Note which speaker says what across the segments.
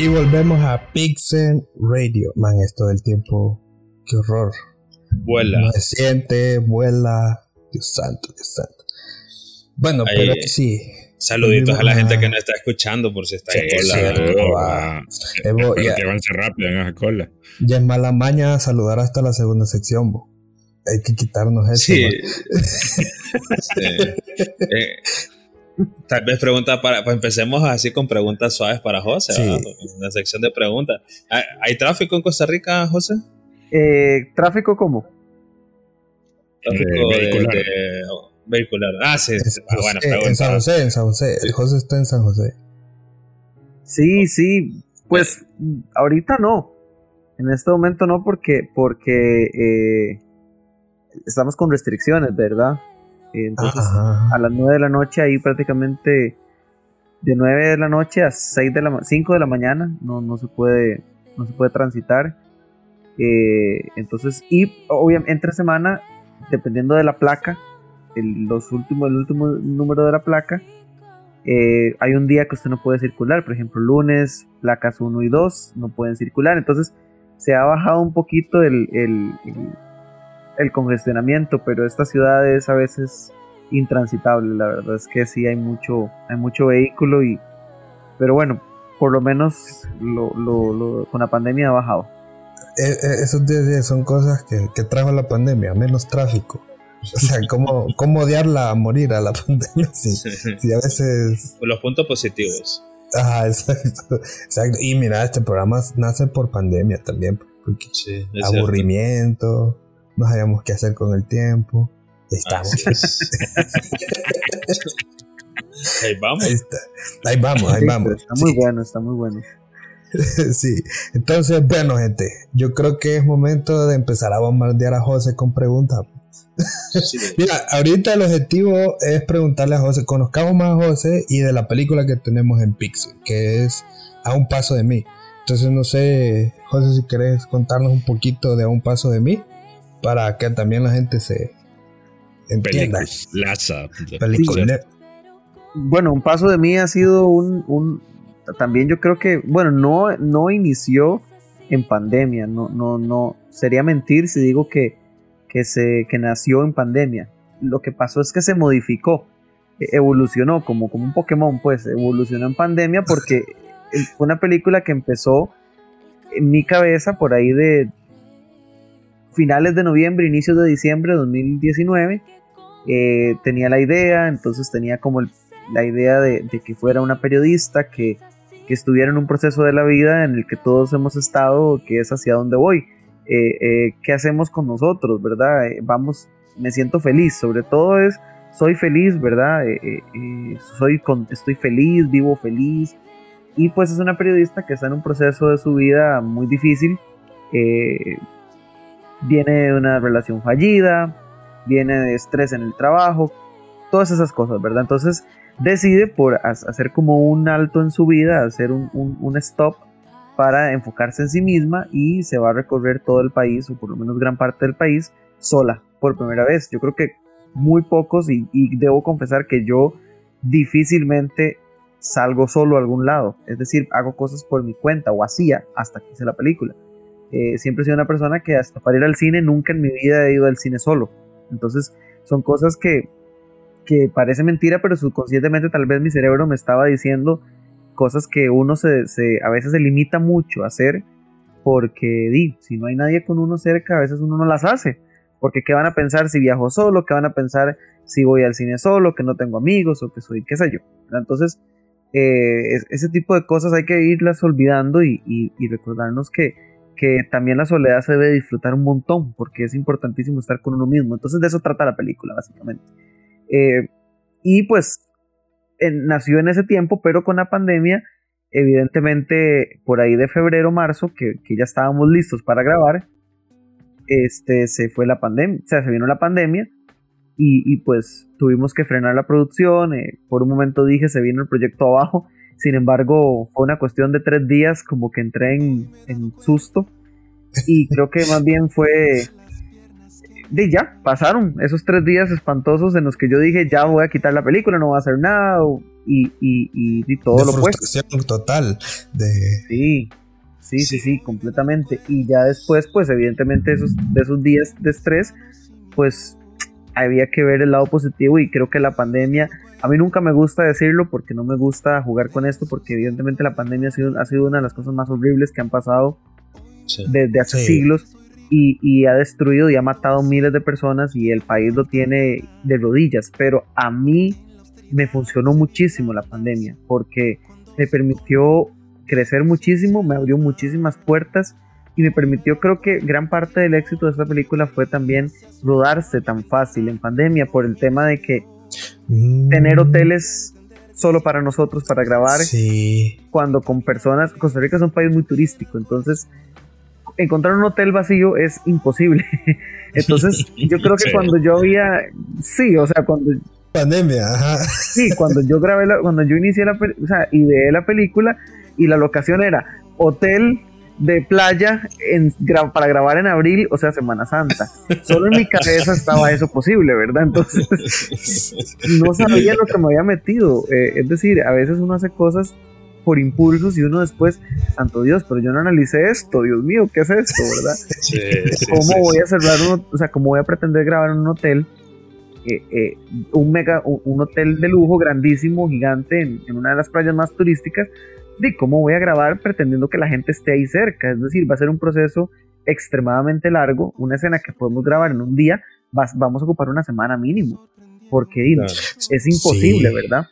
Speaker 1: Y volvemos a Pixel Radio. Man, esto del tiempo, qué horror.
Speaker 2: Vuela.
Speaker 1: No se siente, vuela. Dios santo, Dios santo. Bueno, ahí, pero sí.
Speaker 2: Saluditos a la gente que nos está escuchando por si está en cola.
Speaker 3: Espero que avance rápido en esa cola.
Speaker 1: Ya es mala maña saludar hasta la segunda sección, bo. Hay que quitarnos eso.
Speaker 2: Sí. Tal vez preguntas pues empecemos así con preguntas suaves para José. Sí. Una sección de preguntas. ¿Hay tráfico en Costa Rica, José?
Speaker 4: ¿Tráfico cómo?
Speaker 2: Tráfico vehicular. Sí. Bueno,
Speaker 1: en San José. El José está en San José.
Speaker 4: Sí. Pues ahorita no. En este momento no, porque estamos con restricciones, ¿verdad? Entonces, a las 9 de la noche, ahí prácticamente de 9 de la noche a 5 de la mañana no se puede transitar. Entonces, y obviamente entre semana, dependiendo de la placa, el último número de la placa, hay un día que usted no puede circular. Por ejemplo, lunes, placas 1 y 2 no pueden circular. Entonces, se ha bajado un poquito el congestionamiento, pero esta ciudad es a veces intransitable. La verdad es que sí hay mucho vehículo, pero bueno, por lo menos con la pandemia ha bajado.
Speaker 1: Esos 10 días son cosas que trajo la pandemia, menos tráfico. O sea, ¿cómo odiarla a morir a la pandemia? Sí, a veces...
Speaker 2: Los puntos positivos.
Speaker 1: Ajá, exacto. Y mira, este programa nace por pandemia también, porque aburrimiento, cierto. No sabíamos qué hacer con el tiempo. Ahí estamos. Ahí vamos.
Speaker 4: Está muy bueno.
Speaker 1: Sí, entonces, bueno, gente, yo creo que es momento de empezar a bombardear a José con preguntas. Mira, ahorita el objetivo es preguntarle a José, conozcamos más a José y de la película que tenemos en Pixel, que es A un paso de mí. Entonces, no sé, José, si querés contarnos un poquito de A un paso de mí, para que también la gente se entienda.
Speaker 4: Película. Bueno, Un paso de mí ha sido también yo creo que, bueno, no inició en pandemia, no sería mentir si digo que nació en pandemia. Lo que pasó es que se modificó, evolucionó como un Pokémon, pues evolucionó en pandemia porque fue una película que empezó en mi cabeza por ahí de finales de noviembre, inicios de diciembre de 2019. Tenía la idea, entonces tenía como la idea de que fuera una periodista que estuviera en un proceso de la vida en el que todos hemos estado, que es hacia dónde voy. ¿Qué hacemos con nosotros, verdad? Me siento feliz, sobre todo soy feliz, verdad. Estoy feliz, vivo feliz, y pues es una periodista que está en un proceso de su vida muy difícil. Viene de una relación fallida, viene de estrés en el trabajo, todas esas cosas, verdad. Entonces decide por hacer como un alto en su vida, hacer un stop para enfocarse en sí misma, y se va a recorrer todo el país, o por lo menos gran parte del país, sola, por primera vez. Yo creo que muy pocos, y debo confesar que yo difícilmente salgo solo a algún lado, es decir, hago cosas por mi cuenta, o hacía hasta que hice la película. Siempre he sido una persona que hasta para ir al cine, nunca en mi vida he ido al cine solo. Entonces son cosas que parece mentira, pero subconscientemente tal vez mi cerebro me estaba diciendo cosas que uno a veces se limita mucho a hacer, porque si no hay nadie con uno cerca, a veces uno no las hace, porque ¿qué van a pensar si viajo solo? ¿Qué van a pensar si voy al cine solo? Que no tengo amigos, o que soy, qué sé yo. Entonces ese tipo de cosas hay que irlas olvidando, y recordarnos que también la soledad se debe disfrutar un montón, porque es importantísimo estar con uno mismo. Entonces de eso trata la película, básicamente. Y pues nació en ese tiempo, pero con la pandemia, evidentemente por ahí de febrero, marzo, que ya estábamos listos para grabar, se fue la pandemia, o sea, se vino la pandemia, y pues tuvimos que frenar la producción. Por un momento dije, se vino el proyecto abajo. Sin embargo, fue una cuestión de 3 días, como que entré en susto, y creo que más bien fue ya pasaron esos 3 días espantosos en los que yo dije, ya voy a quitar la película, no voy a hacer nada, y todo
Speaker 1: de
Speaker 4: lo opuesto.
Speaker 1: Frustración total.
Speaker 4: Sí, completamente. Y ya después, pues evidentemente de esos días de estrés, pues había que ver el lado positivo, y creo que la pandemia, a mí nunca me gusta decirlo porque no me gusta jugar con esto, porque evidentemente la pandemia ha sido una de las cosas más horribles que han pasado desde hace siglos, y ha destruido y ha matado miles de personas, y el país lo tiene de rodillas. Pero a mí me funcionó muchísimo la pandemia, porque me permitió crecer muchísimo, me abrió muchísimas puertas, y me permitió, creo que gran parte del éxito de esta película fue también rodarse tan fácil en pandemia, por el tema de que tener hoteles solo para nosotros para grabar, cuando con personas, Costa Rica es un país muy turístico, entonces encontrar un hotel vacío es imposible. Entonces yo creo que cuando yo cuando
Speaker 1: pandemia, ajá.
Speaker 4: Sí, cuando yo inicié ideé la película, y la locación era hotel de playa para grabar en abril, o sea, Semana Santa. Solo en mi cabeza estaba eso posible, ¿verdad? Entonces no sabía lo que me había metido. Es decir, a veces uno hace cosas por impulsos, y uno después, santo Dios, pero yo no analicé esto, Dios mío, ¿qué es esto, verdad? ¿Cómo voy a cerrar cómo voy a pretender grabar en un hotel? Un hotel de lujo grandísimo, gigante, en una de las playas más turísticas. ¿Cómo voy a grabar pretendiendo que la gente esté ahí cerca? Es decir, va a ser un proceso extremadamente largo. Una escena que podemos grabar en un día, vamos a ocupar una semana mínimo, porque es imposible, ¿verdad?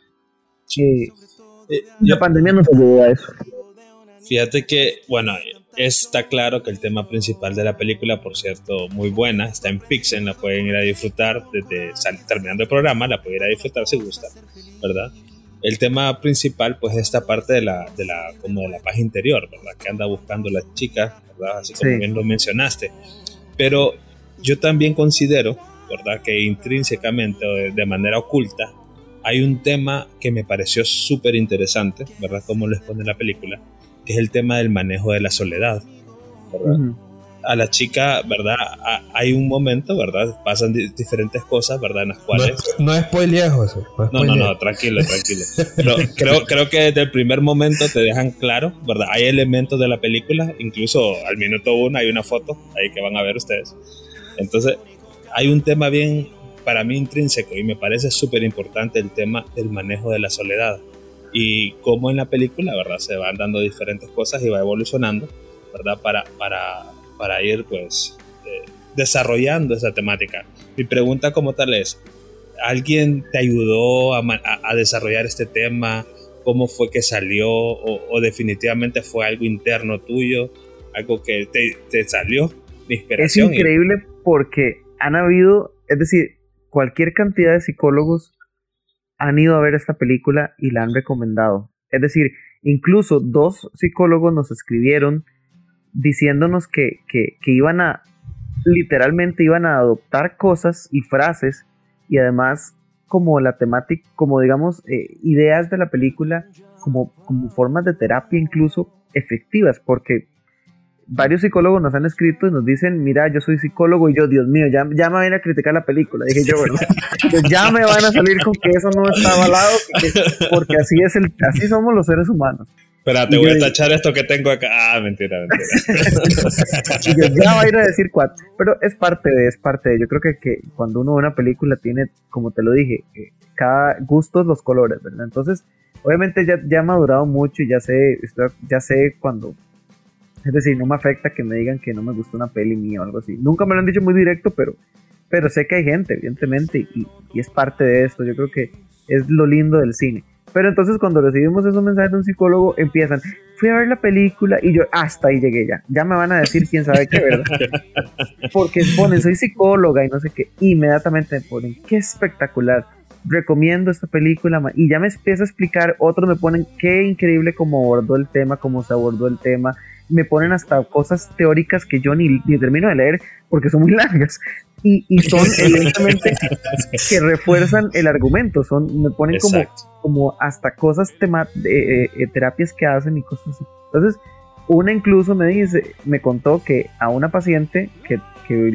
Speaker 4: La pandemia nos ayudó a eso.
Speaker 2: Fíjate que, bueno, está claro que el tema principal de la película, por cierto, muy buena, está en Pixel, la pueden ir a disfrutar terminando el programa, la pueden ir a disfrutar si gustan, ¿verdad? El tema principal, pues, es esta parte de la paz interior, ¿verdad? Que anda buscando la chica, ¿verdad? Así como bien lo mencionaste. Pero yo también considero, ¿verdad?, que intrínsecamente o de manera oculta hay un tema que me pareció súper interesante, ¿verdad?, como lo expone la película, que es el tema del manejo de la soledad, ¿verdad? Uh-huh. A la chica, ¿verdad?, hay un momento, ¿verdad?, pasan diferentes cosas, ¿verdad?, en las cuales...
Speaker 1: No es spoiler, José.
Speaker 2: No, tranquilo. Pero creo que desde el primer momento te dejan claro, ¿verdad? Hay elementos de la película, incluso al minuto 1 hay una foto ahí que van a ver ustedes. Entonces, hay un tema bien, para mí, intrínseco, y me parece súper importante el tema del manejo de la soledad. Y cómo en la película, ¿verdad?, se van dando diferentes cosas y va evolucionando, ¿verdad?, para ir, pues, desarrollando esa temática. Mi pregunta como tal es, ¿alguien te ayudó a desarrollar este tema? ¿Cómo fue que salió? ¿O definitivamente fue algo interno tuyo? ¿Algo que te salió de inspiración?
Speaker 4: Es increíble porque han habido, es decir, cualquier cantidad de psicólogos han ido a ver esta película y la han recomendado. Es decir, incluso 2 psicólogos nos escribieron diciéndonos que literalmente iban a adoptar cosas y frases, y además como la temática, como digamos, ideas de la película como formas de terapia incluso efectivas, porque varios psicólogos nos han escrito y nos dicen, mira, yo soy psicólogo, y yo, Dios mío, ya me van a criticar la película, dije yo, ¿verdad? Ya me van a salir con que eso no está avalado, porque así somos los seres humanos.
Speaker 2: Espera, te voy a tachar esto que tengo acá. Ah, mentira.
Speaker 4: Y yo ya va a ir a decir 4, pero es parte de. Yo creo que cuando uno ve una película tiene, como te lo dije, cada gustos los colores, ¿verdad? Entonces, obviamente ya he madurado mucho y ya sé cuando. Es decir, no me afecta que me digan que no me gustó una peli mía o algo así. Nunca me lo han dicho muy directo, pero sé que hay gente, evidentemente, y es parte de esto. Yo creo que es lo lindo del cine. Pero entonces cuando recibimos esos mensajes de un psicólogo, empiezan, fui a ver la película y yo hasta ahí llegué ya me van a decir quién sabe qué, ¿verdad? Porque ponen, soy psicóloga y no sé qué, inmediatamente me ponen, qué espectacular, recomiendo esta película, y ya me empieza a explicar, otros me ponen, qué increíble cómo abordó el tema, cómo se abordó el tema, me ponen hasta cosas teóricas que yo ni termino de leer porque son muy largas. Y son evidentemente que refuerzan el argumento, me ponen como hasta cosas terapias que hacen y cosas así. Entonces, una incluso me contó que a una paciente que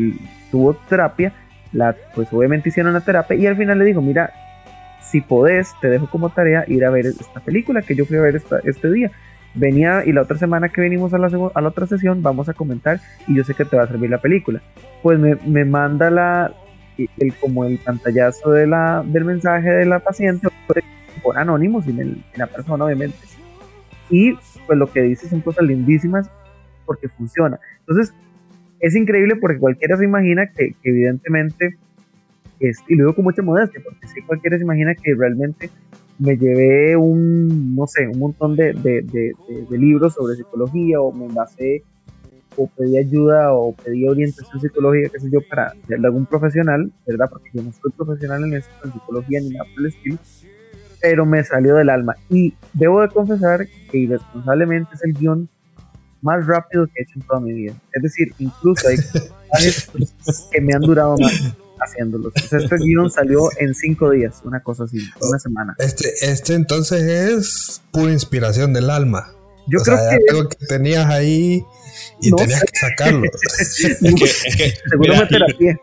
Speaker 4: tuvo terapia, pues obviamente hicieron la terapia y al final le dijo, mira, si podés, te dejo como tarea ir a ver esta película que yo fui a ver este día. Venía y la otra semana que venimos a la otra sesión vamos a comentar y yo sé que te va a servir la película. Pues me manda como el pantallazo del mensaje de la paciente por anónimo, sin la persona obviamente. Y pues lo que dice son cosas lindísimas porque funciona. Entonces es increíble porque cualquiera se imagina que evidentemente, y lo digo con mucha modestia, porque sí cualquiera se imagina que realmente me llevé un montón de libros sobre psicología, o me basé, o pedí ayuda, o pedí orientación psicológica, qué sé yo, para de algún profesional, ¿verdad? Porque yo no soy profesional en esto, en psicología, ni nada por el estilo, pero me salió del alma. Y debo de confesar que irresponsablemente es el guión más rápido que he hecho en toda mi vida. Es decir, incluso hay personajes que me han durado más haciéndolos. O sea, este guión salió en 5 días, una cosa así, una semana.
Speaker 1: Este entonces es pura inspiración del alma.
Speaker 4: Yo creo que
Speaker 1: algo que tenías ahí y tenías que sacarlo.
Speaker 4: Seguro me terapié.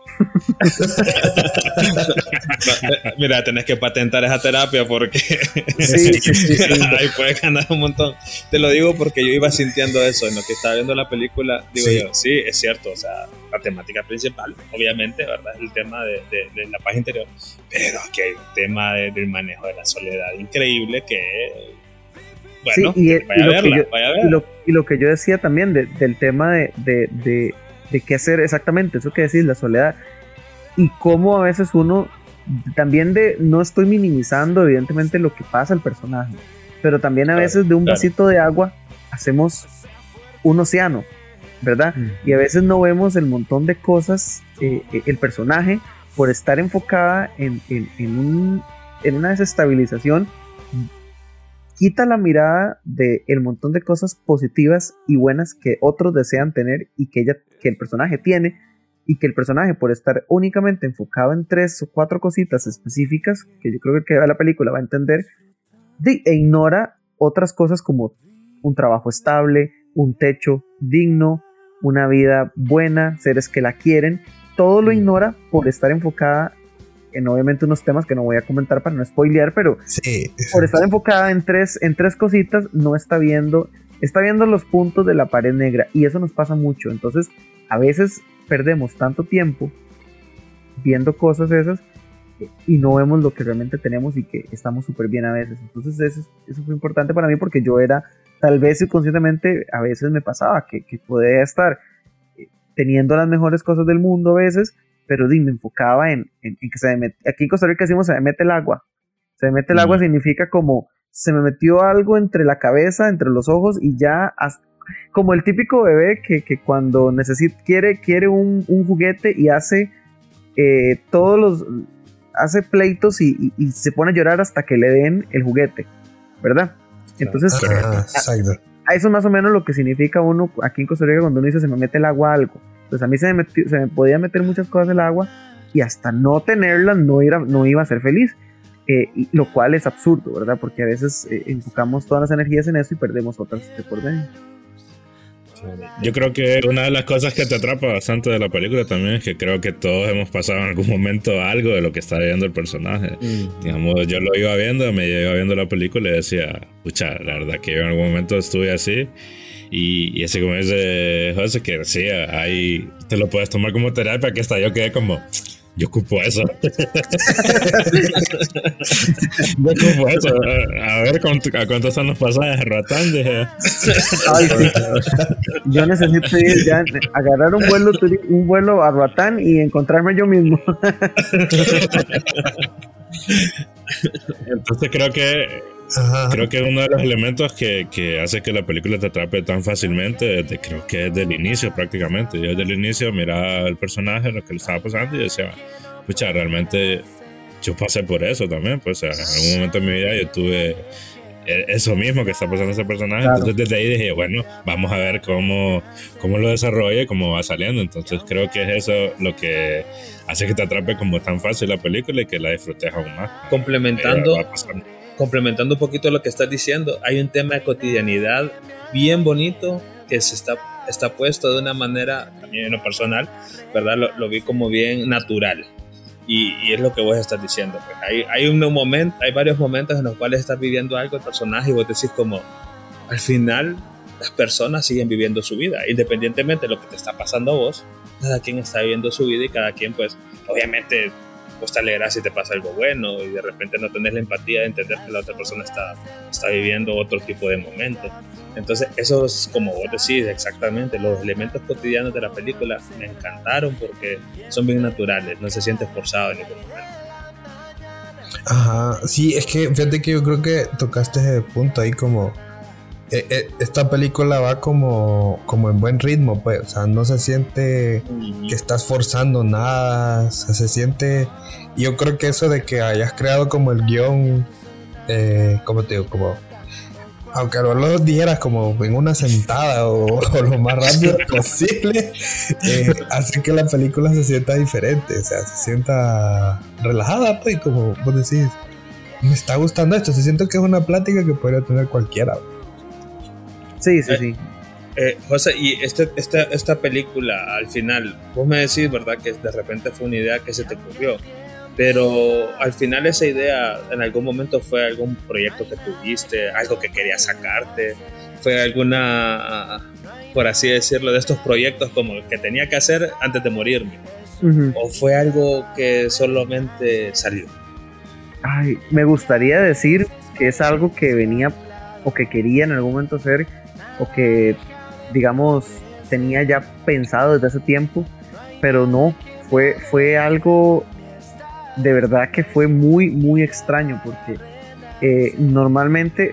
Speaker 2: Mira, tenés que patentar esa terapia porque
Speaker 4: sí.
Speaker 2: ahí puedes ganar un montón. Te lo digo porque yo iba sintiendo eso en lo que estaba viendo la película. Digo yo, sí, es cierto, o sea, la temática principal, obviamente, ¿verdad? El tema de la paz interior, pero aquí hay un tema del manejo de la soledad increíble que... Bueno,
Speaker 4: sí,
Speaker 2: vaya a verla.
Speaker 4: Y lo que yo decía también del tema de qué hacer exactamente, eso que decís, la soledad, y cómo a veces uno también no estoy minimizando evidentemente lo que pasa al personaje, pero también a veces de un vasito de agua hacemos un océano, ¿verdad? Y a veces no vemos el montón de cosas, el personaje, por estar enfocada en una desestabilización, quita la mirada del montón de cosas positivas y buenas que otros desean tener y que el personaje tiene, y que el personaje, por estar únicamente enfocado en 3 o 4 cositas específicas, que yo creo que el que vea la película va a entender, e ignora otras cosas como un trabajo estable, un techo digno, una vida buena, seres que la quieren, todo lo ignora por estar enfocada en obviamente unos temas que no voy a comentar para no spoilear, pero sí, por estar enfocada en tres cositas, no está viendo los puntos de la pared negra, y eso nos pasa mucho. Entonces a veces perdemos tanto tiempo viendo cosas esas y no vemos lo que realmente tenemos y que estamos súper bien a veces. Entonces eso fue importante para mí, porque yo era, tal vez subconscientemente, a veces me pasaba que podía estar teniendo las mejores cosas del mundo a veces, pero me enfocaba en que se me mete, aquí en Costa Rica decimos se me mete el agua. Se me mete el agua significa como se me metió algo entre la cabeza, entre los ojos, y ya como el típico bebé que cuando quiere un juguete y hace hace pleitos y se pone a llorar hasta que le den el juguete, ¿verdad? Entonces a eso es más o menos lo que significa uno aquí en Costa Rica cuando uno dice se me mete el agua algo. Pues a mí se me podía meter muchas cosas en el agua y hasta no tenerlas no iba a ser feliz, lo cual es absurdo, ¿verdad? Porque a veces enfocamos todas las energías en eso y perdemos otras de por medio.
Speaker 3: Yo creo que una de las cosas que te atrapa bastante de la película también es que creo que todos hemos pasado en algún momento algo de lo que está viendo el personaje. Digamos, yo lo iba viendo la película y decía, pucha, la verdad que yo en algún momento estuve así. Y ese, como dice José, que decía, ahí te lo puedes tomar como terapia, que hasta yo quedé como, yo ocupo eso. Yo ocupo eso. A ver a cuántos son los pasajes, Roatán, dije.
Speaker 4: Ay, sí. Yo necesito ir ya, agarrar un vuelo a Roatán y encontrarme yo mismo.
Speaker 3: Entonces creo que uno de los elementos que hace que la película te atrape tan fácilmente, creo que es del inicio prácticamente. Yo desde el inicio miraba al personaje, lo que le estaba pasando, y decía, pucha, realmente yo pasé por eso también. Pues, o sea, en algún momento de mi vida yo tuve eso mismo que está pasando ese personaje. Claro. Entonces desde ahí dije, bueno, vamos a ver cómo lo desarrolla y cómo va saliendo. Entonces creo que es eso lo que hace que te atrape como tan fácil la película y que la disfrutes aún más.
Speaker 2: Complementando un poquito lo que estás diciendo, hay un tema de cotidianidad bien bonito que se está está puesto de una manera, a mí en lo personal, ¿verdad? Lo vi como bien natural. Y es lo que vos estás diciendo. Pues. Hay varios momentos en los cuales estás viviendo algo, el personaje, y vos decís como, al final, las personas siguen viviendo su vida, independientemente de lo que te está pasando a vos. Cada quien está viviendo su vida y cada quien, pues, obviamente, vos te alegras si te pasa algo bueno y de repente no tenés la empatía de entender que la otra persona está viviendo otro tipo de momento. Entonces, eso es como vos decís, exactamente. Los elementos cotidianos de la película me encantaron porque son bien naturales, no se siente forzado en ningún momento.
Speaker 1: Ajá, sí, es que fíjate que yo creo que tocaste ese punto ahí como... esta película va como en buen ritmo, pues, o sea, no se siente que estás forzando nada, o sea, se siente... Yo creo que eso de que hayas creado como el guión, ¿cómo te digo? Como... Aunque no lo dijeras como en una sentada o lo más rápido posible, hace que la película se sienta diferente, o sea, se sienta relajada, pues, como vos decís, me está gustando esto, se siente que es una plática que podría tener cualquiera.
Speaker 4: Sí.
Speaker 2: José, y esta película, al final, vos me decís, ¿verdad? Que de repente fue una idea que se te ocurrió. Pero al final esa idea en algún momento fue algún proyecto que tuviste, algo que querías sacarte, fue alguna, por así decirlo, de estos proyectos como que tenía que hacer antes de morirme. ¿O fue algo que solamente salió?
Speaker 4: Ay, me gustaría decir que es algo que venía o que quería en algún momento hacer o que, digamos, tenía ya pensado desde hace tiempo, pero no, fue algo... De verdad que fue muy, muy extraño porque normalmente,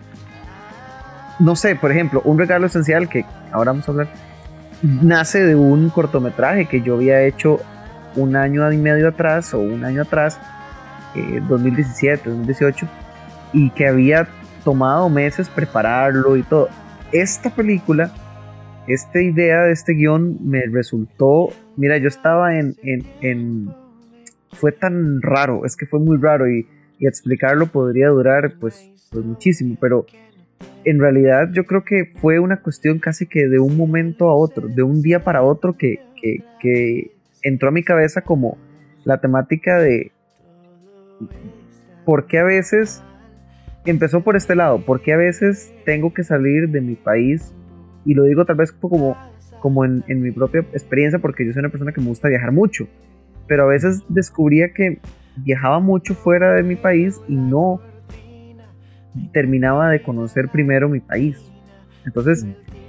Speaker 4: no sé, por ejemplo, Un regalo esencial, que ahora vamos a hablar, nace de un cortometraje que yo había hecho un año y medio atrás, o un año atrás, 2017, 2018, y que había tomado meses prepararlo y todo. Esta película, esta idea de este guión me resultó, mira, yo estaba fue tan raro, es que fue muy raro y explicarlo podría durar pues muchísimo, pero en realidad yo creo que fue una cuestión casi que de un momento a otro, de un día para otro que entró a mi cabeza como la temática de por qué a veces, empezó por este lado, por qué a veces tengo que salir de mi país, y lo digo tal vez como en mi propia experiencia porque yo soy una persona que me gusta viajar mucho, pero a veces descubría que viajaba mucho fuera de mi país y no terminaba de conocer primero mi país. Entonces,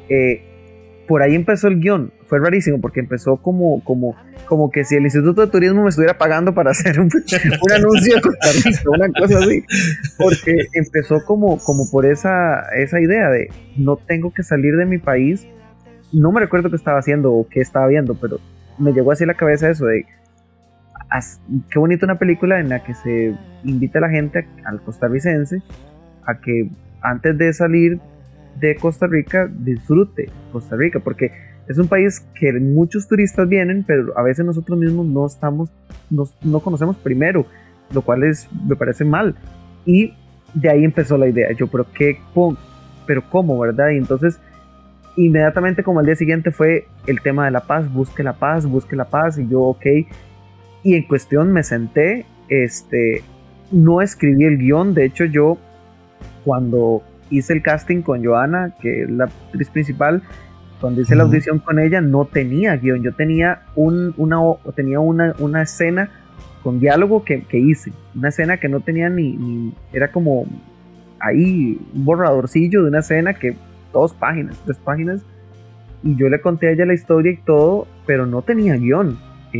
Speaker 4: por ahí empezó el guión. Fue rarísimo porque empezó como que si el Instituto de Turismo me estuviera pagando para hacer un anuncio de Costa Rica, una cosa así. Porque empezó como por esa idea de no tengo que salir de mi país. No me recuerdo qué estaba haciendo o qué estaba viendo, pero me llegó así a la cabeza eso de qué bonito una película en la que se invita a la gente, al costarricense, a que antes de salir de Costa Rica disfrute Costa Rica, porque es un país que muchos turistas vienen, pero a veces nosotros mismos no conocemos primero, lo cual me parece mal. Y de ahí empezó la idea. Yo, pero ¿cómo, verdad? Y entonces inmediatamente, como al día siguiente, fue el tema de la paz, busque la paz, y yo, ok. Y en cuestión me senté, no escribí el guión. De hecho, yo cuando hice el casting con Joana, que es la actriz principal, cuando hice la audición con ella, no tenía guión. Yo tenía una escena con diálogo que hice. Una escena que no tenía ni era como ahí un borradorcillo de una escena que 3 páginas. Y yo le conté a ella la historia y todo, pero no tenía guión.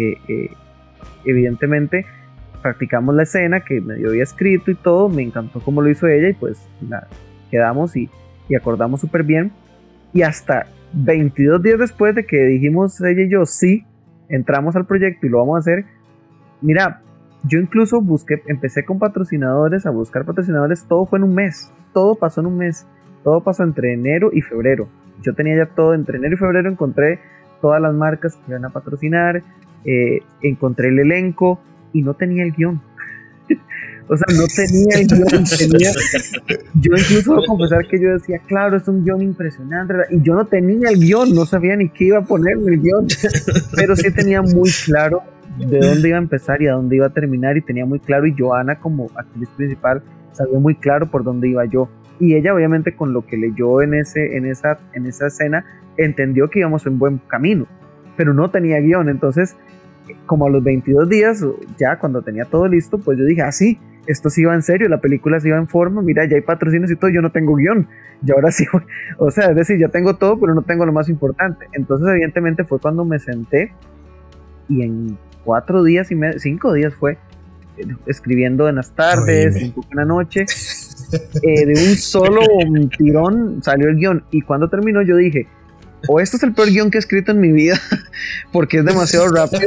Speaker 4: Evidentemente practicamos la escena que medio había escrito y todo, me encantó cómo lo hizo ella y pues quedamos y acordamos súper bien, y hasta 22 días después de que dijimos ella y yo sí, entramos al proyecto y lo vamos a hacer. Mira, yo incluso empecé con patrocinadores, a buscar patrocinadores, todo fue en un mes, todo pasó en un mes, todo pasó entre enero y febrero. Yo tenía ya todo, entre enero y febrero encontré todas las marcas que iban a patrocinar, encontré el elenco y no tenía el guión. O sea, no tenía el guión, yo incluso voy a confesar que yo decía, claro, es un guión impresionante, ¿verdad? Y yo no tenía el guión, no sabía ni qué iba a poner en el guión, pero sí tenía muy claro de dónde iba a empezar y a dónde iba a terminar, y tenía muy claro, y Joanna como actriz principal sabía muy claro por dónde iba yo, y ella obviamente con lo que leyó en esa escena entendió que íbamos en buen camino, pero no tenía guión. Entonces como a los 22 días, ya cuando tenía todo listo, pues yo dije, sí, esto sí va en serio, la película sí va en forma, mira, ya hay patrocinios y todo, yo no tengo guión, y ahora sí, o sea, es decir, ya tengo todo, pero no tengo lo más importante. Entonces evidentemente fue cuando me senté y en 4 días y medio, 5 días fue, escribiendo en las tardes, un poco en la noche, de un solo tirón salió el guión, y cuando terminó yo dije, o esto es el peor guión que he escrito en mi vida, porque es demasiado rápido,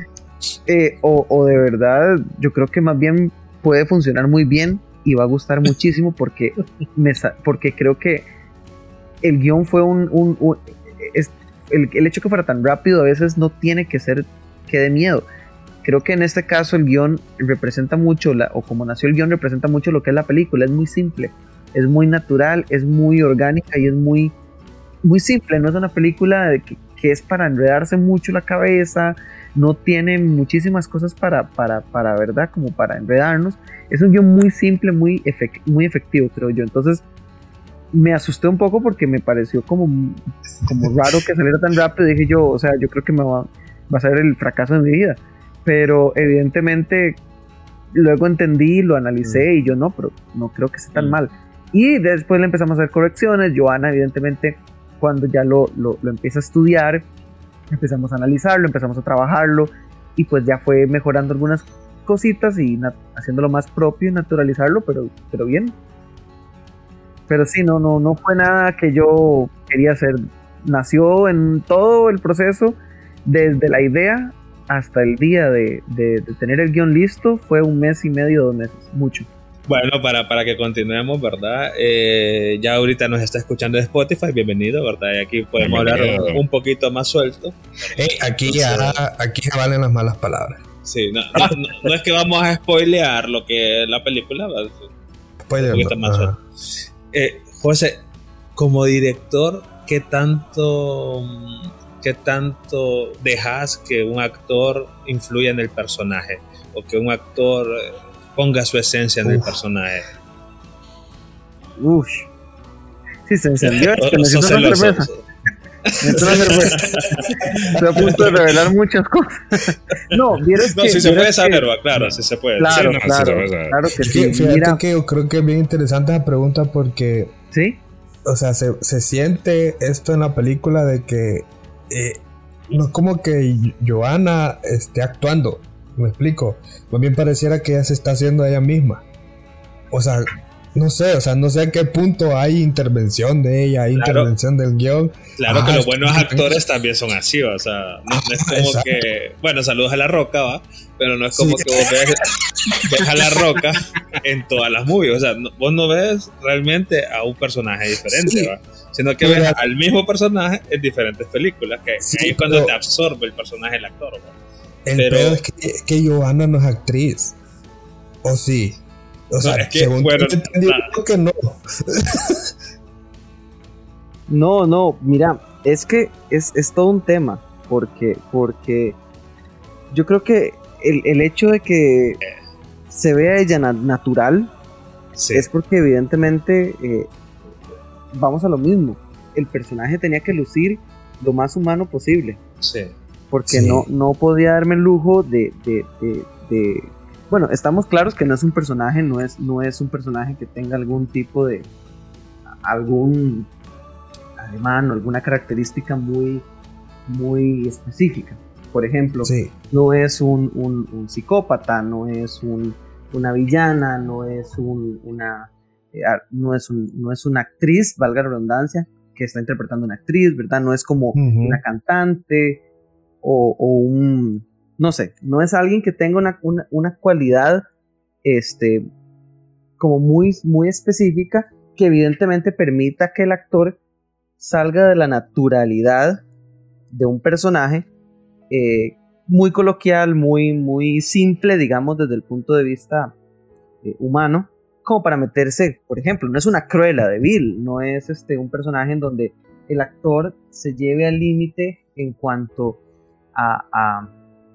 Speaker 4: o de verdad yo creo que más bien puede funcionar muy bien y va a gustar muchísimo, porque creo que el guión fue el hecho que fuera tan rápido a veces no tiene que ser que dé miedo. Creo que en este caso el guión representa mucho, o como nació el guión representa mucho lo que es la película. Es muy simple, es muy natural, es muy orgánica y es muy simple. No es una película que es para enredarse mucho la cabeza, no tiene muchísimas cosas para verdad, como para enredarnos. Es un guión muy simple, muy efectivo, creo yo. Entonces me asusté un poco porque me pareció como raro que saliera tan rápido. Dije yo, o sea, yo creo que va a ser el fracaso de mi vida. Pero evidentemente luego entendí, lo analicé y yo pero no creo que esté tan mal. Y después le empezamos a hacer correcciones. Joanna evidentemente, cuando ya lo empieza a estudiar, empezamos a analizarlo, empezamos a trabajarlo, y pues ya fue mejorando algunas cositas y haciéndolo más propio y naturalizarlo, pero bien. Pero sí, no fue nada que yo quería hacer. Nació en todo el proceso, desde la idea hasta el día de tener el guión listo, fue 1 mes y medio, 2 meses, mucho.
Speaker 2: Bueno, para que continuemos, ¿verdad? Ya ahorita nos está escuchando de Spotify, bienvenido, ¿verdad? Y aquí podemos hablar un poquito más suelto.
Speaker 1: Aquí ya valen las malas palabras.
Speaker 2: Sí, no es que vamos a spoilear lo que es la película, ¿verdad?
Speaker 1: Spoiler, un poquito más suelto.
Speaker 2: José, como director, ¿qué tanto dejas que un actor influya en el personaje? O que un actor ponga su esencia en el personaje.
Speaker 4: Sí, se encendió. Necesito una cerveza. Estoy a punto de revelar muchas cosas.
Speaker 2: Si se puede saber, claro, si se puede.
Speaker 4: Claro,
Speaker 2: sí,
Speaker 4: claro que sí.
Speaker 1: Fíjate que yo creo que es bien interesante esa pregunta porque,
Speaker 4: ¿sí?
Speaker 1: O sea, se siente esto en la película de que no es como que Joanna esté actuando. ¿Me explico? Más bien pareciera que ella se está haciendo a ella misma. O sea, no sé a qué punto hay intervención de ella, hay intervención del guión.
Speaker 2: Claro que los buenos actores también son así, o sea, no es como exacto. Que, bueno, saludos a La Roca, ¿va? Pero no es como que vos ves a La Roca en todas las movies, o sea, vos no ves realmente a un personaje diferente, ¿va? Sino que ves al mismo personaje en diferentes películas, que ahí es cuando te absorbe el personaje, el actor, ¿va?
Speaker 1: El peor es que Joanna no es actriz. ¿O sí? O sea, es que, según creo que no.
Speaker 4: No, mira, es que es todo un tema. Porque yo creo que el hecho de que se vea ella natural, sí, es porque evidentemente vamos a lo mismo. El personaje tenía que lucir lo más humano posible.
Speaker 2: Sí.
Speaker 4: Porque sí, no podía darme el lujo de bueno, estamos claros que no es un personaje, no es un personaje que tenga algún tipo de algún ademán o alguna característica muy específica. Por ejemplo, sí, no es un psicópata, no es una villana, no es una actriz, valga la redundancia, que está interpretando una actriz, ¿verdad? No es como una cantante o un, no sé, no es alguien que tenga una cualidad como muy específica que evidentemente permita que el actor salga de la naturalidad de un personaje muy coloquial, muy simple, digamos, desde el punto de vista humano como para meterse, por ejemplo, no es una Cruella de Vil, no es un personaje en donde el actor se lleve al límite en cuanto a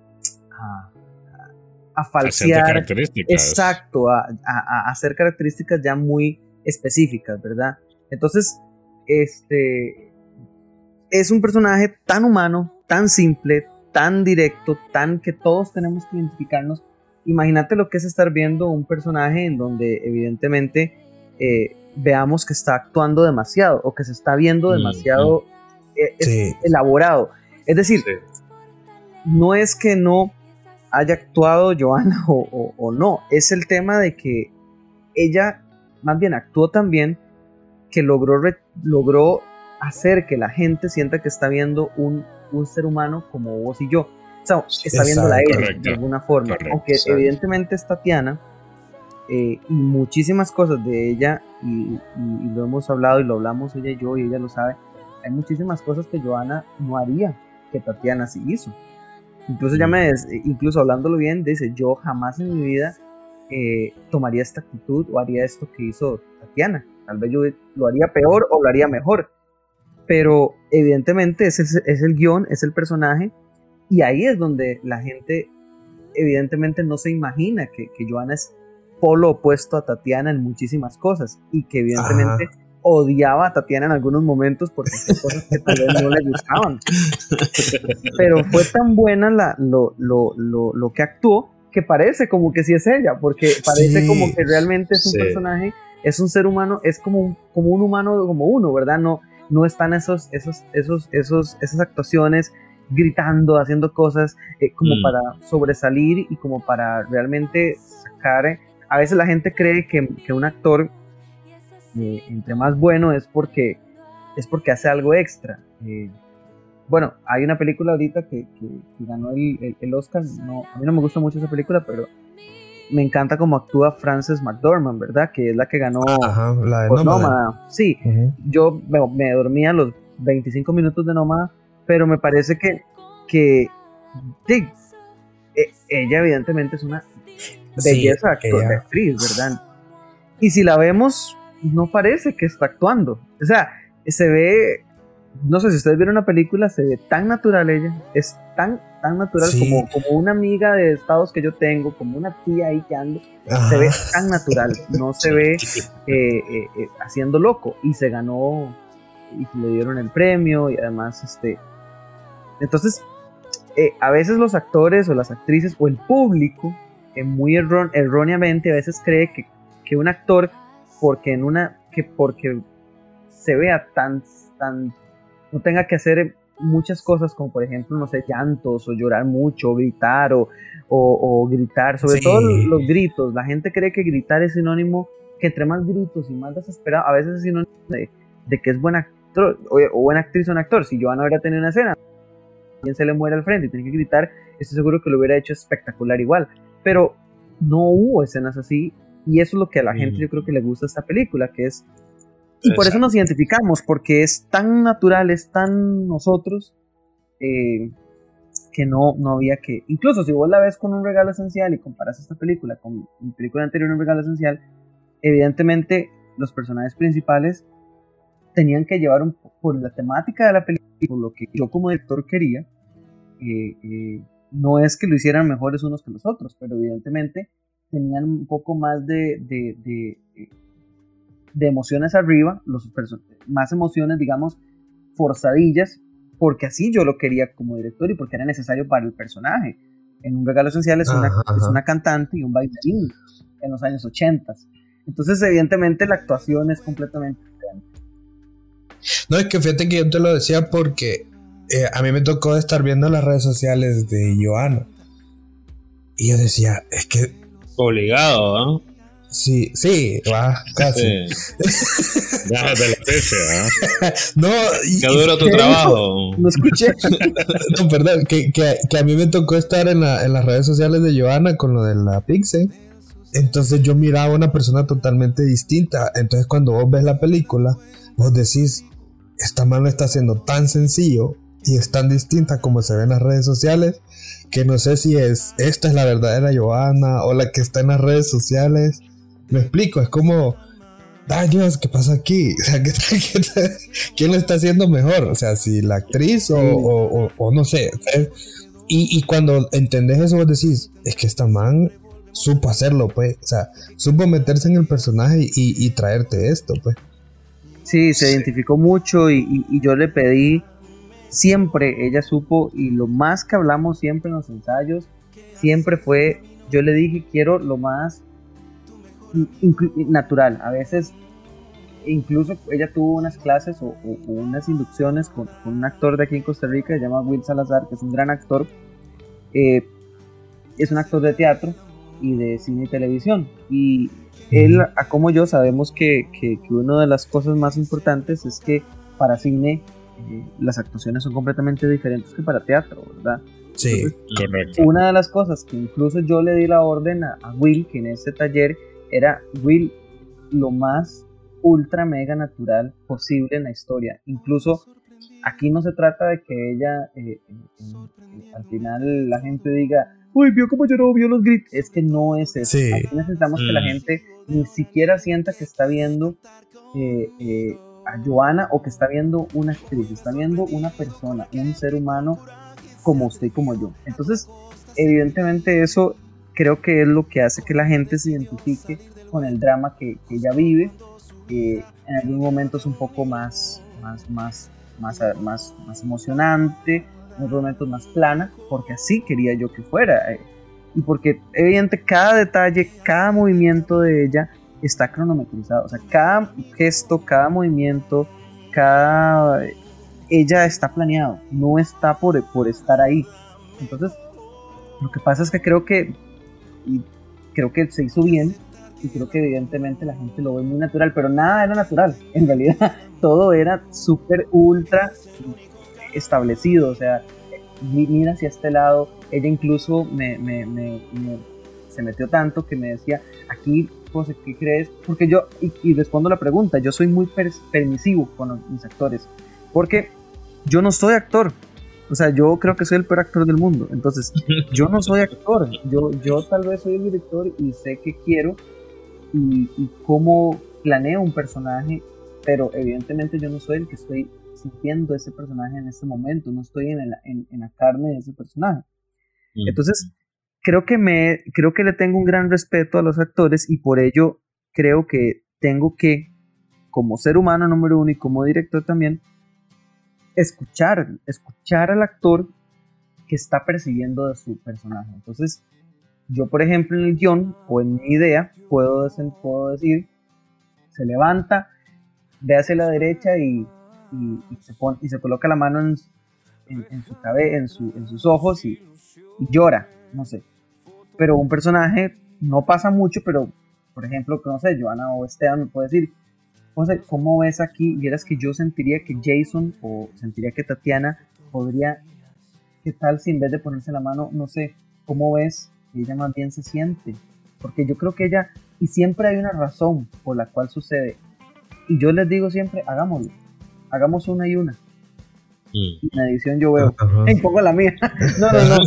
Speaker 4: falsear, exacto, a hacer características ya muy específicas, ¿verdad? Entonces, es un personaje tan humano, tan simple, tan directo, tan que todos tenemos que identificarnos. Imagínate lo que es estar viendo un personaje en donde evidentemente veamos que está actuando demasiado o que se está viendo demasiado elaborado. Es decir, no es que no haya actuado Joanna o no, es el tema de que ella más bien actuó tan bien que logró hacer que la gente sienta que está viendo un ser humano como vos y yo. O sea, está viéndola a ella de alguna forma. Aunque evidentemente es Tatiana y muchísimas cosas de ella, y lo hemos hablado y lo hablamos ella y yo, y ella lo sabe, hay muchísimas cosas que Joanna no haría que Tatiana sí hizo. Incluso incluso hablándolo bien, dice, yo jamás en mi vida tomaría esta actitud o haría esto que hizo Tatiana. Tal vez yo lo haría peor o lo haría mejor. Pero evidentemente es el guión, es el personaje, y ahí es donde la gente evidentemente no se imagina que Joanna es polo opuesto a Tatiana en muchísimas cosas, y que evidentemente odiaba a Tatiana en algunos momentos porque hay cosas que tal vez no le gustaban. Pero fue tan buena lo que actuó que parece como que sí es ella, porque parece como que realmente es un personaje, es un ser humano, es como un humano como uno, ¿verdad? No están esas actuaciones gritando, haciendo cosas como para sobresalir y como para realmente sacar. A veces la gente cree que un actor entre más bueno es porque hace algo extra. Bueno, hay una película ahorita que ganó el Oscar. No, a mí no me gusta mucho esa película, pero me encanta cómo actúa Frances McDormand, ¿verdad? Que es la que ganó
Speaker 1: la de
Speaker 4: Nómada. Sí, yo me dormía a los 25 minutos de Nómada, pero me parece que ella evidentemente es una belleza de actriz, ¿verdad? Y si la vemos, no parece que está actuando. O sea, se ve, no sé si ustedes vieron una película, se ve tan natural ella, es tan natural como una amiga de estados que yo tengo, como una tía ahí que ando, se ve tan natural, no se ve haciendo loco, y se ganó y le dieron el premio, y además entonces a veces los actores o las actrices o el público muy erróneamente a veces cree que un actor porque se vea tan no tenga que hacer muchas cosas como por ejemplo, no sé, llantos o llorar mucho o gritar o gritar, sobre todo los gritos. La gente cree que gritar es sinónimo, que entre más gritos y más desesperado, a veces es sinónimo de que es buen actor o buena actriz o un actor. Si Joanna hubiera tenido una escena, alguien se le muere al frente y tiene que gritar, estoy seguro que lo hubiera hecho espectacular igual, pero no hubo escenas así, y eso es lo que a la gente yo creo que le gusta a esta película, que es, y por eso nos identificamos, porque es tan natural, es tan nosotros, que no había que, incluso si vos la ves con Un Regalo Esencial y comparas esta película con mi película anterior, Un Regalo Esencial, evidentemente los personajes principales tenían que llevar por la temática de la película, por lo que yo como director quería, no es que lo hicieran mejores unos que los otros, pero evidentemente tenían un poco más de emociones arriba, más emociones, digamos, forzadillas, porque así yo lo quería como director y porque era necesario para el personaje. En Un Regalo Esencial es una cantante y un bailarín en los años 80. Entonces, evidentemente, la actuación es completamente diferente.
Speaker 1: No, es que fíjate que yo te lo decía porque a mí me tocó estar viendo las redes sociales de Joanna. Y yo decía, es que...
Speaker 2: Obligado, ¿no?
Speaker 1: Sí, va, casi.
Speaker 3: Ya te lo pese, ¿ah?
Speaker 1: No,
Speaker 2: qué duro tu trabajo.
Speaker 4: No escuché.
Speaker 1: No, perdón, que a mí me tocó estar en las redes sociales de Joanna con lo de la Pixel. Entonces yo miraba a una persona totalmente distinta. Entonces cuando vos ves la película, vos decís, esta mano está haciendo tan sencillo y es tan distinta como se ve en las redes sociales, que no sé si esta es la verdadera Joanna o la que está en las redes sociales, Me explico, es como, Dios, ¿qué pasa aquí? O sea, ¿quién lo está haciendo mejor? O sea, si la actriz o no sé. Y cuando entendés eso, vos decís, es que esta man supo hacerlo, pues. O sea, supo meterse en el personaje y traerte esto, pues.
Speaker 4: Sí, se identificó mucho y yo le pedí, siempre ella supo, y lo más que hablamos siempre en los ensayos, siempre fue, yo le dije, quiero lo más natural. A veces, incluso ella tuvo unas clases o unas inducciones con un actor de aquí en Costa Rica, se llama Will Salazar, que es un gran actor, es un actor de teatro y de cine y televisión, y él, como yo, sabemos que una de las cosas más importantes es que para cine las actuaciones son completamente diferentes que para teatro, ¿verdad?
Speaker 1: Sí,
Speaker 4: entonces,
Speaker 3: correcto.
Speaker 4: Una de las cosas que incluso yo le di la orden a Will, que en este taller era, Will, lo más ultra mega natural posible en la historia. Incluso aquí no se trata de que ella al final la gente diga, uy, vio como lloró, vio los gritos. Es que no es eso.
Speaker 1: Sí.
Speaker 4: Aquí necesitamos que la gente ni siquiera sienta que está viendo a Joana o que está viendo una actriz, está viendo una persona, un ser humano como usted y como yo. Entonces, evidentemente eso creo que es lo que hace que la gente se identifique con el drama que ella vive. En algunos momentos un poco más emocionante, en otros momentos más plana, porque así quería yo que fuera. Y porque evidentemente cada detalle, cada movimiento de ella está cronometrizado. O sea, cada gesto, cada movimiento, ella está planeado, no está por estar ahí. Entonces, lo que pasa es que creo que se hizo bien, y creo que evidentemente la gente lo ve muy natural, pero nada era natural, en realidad todo era súper ultra establecido. O sea, mira hacia este lado. Ella incluso se metió tanto que me decía, aquí, José, ¿qué crees? Porque yo, y respondo la pregunta, yo soy muy permisivo con mis actores, porque yo no soy actor. O sea, yo creo que soy el peor actor del mundo. Entonces, yo no soy actor. Yo tal vez soy el director y sé qué quiero y cómo planeo un personaje, pero evidentemente yo no soy el que estoy sintiendo ese personaje en este momento. No estoy en la carne de ese personaje. Entonces, creo que le tengo un gran respeto a los actores, y por ello creo que tengo que, como ser humano número uno y como director también, escuchar al actor que está percibiendo de su personaje. Entonces, yo, por ejemplo, en el guión o en mi idea, puedo decir, se levanta, ve hacia la derecha y se coloca la mano en su cabeza, en sus ojos y llora, no sé. Pero un personaje no pasa mucho, pero, por ejemplo, no sé, Joana o Esteban me puede decir, José, ¿cómo ves aquí? Vieras que yo sentiría que Jason o sentiría que Tatiana podría, ¿qué tal si en vez de ponerse la mano, no sé, cómo ves que ella más bien se siente? Porque yo creo que ella, y siempre hay una razón por la cual sucede, y yo les digo siempre, hagámoslo, hagamos una y una. Y en edición yo veo, pongo la mía. No.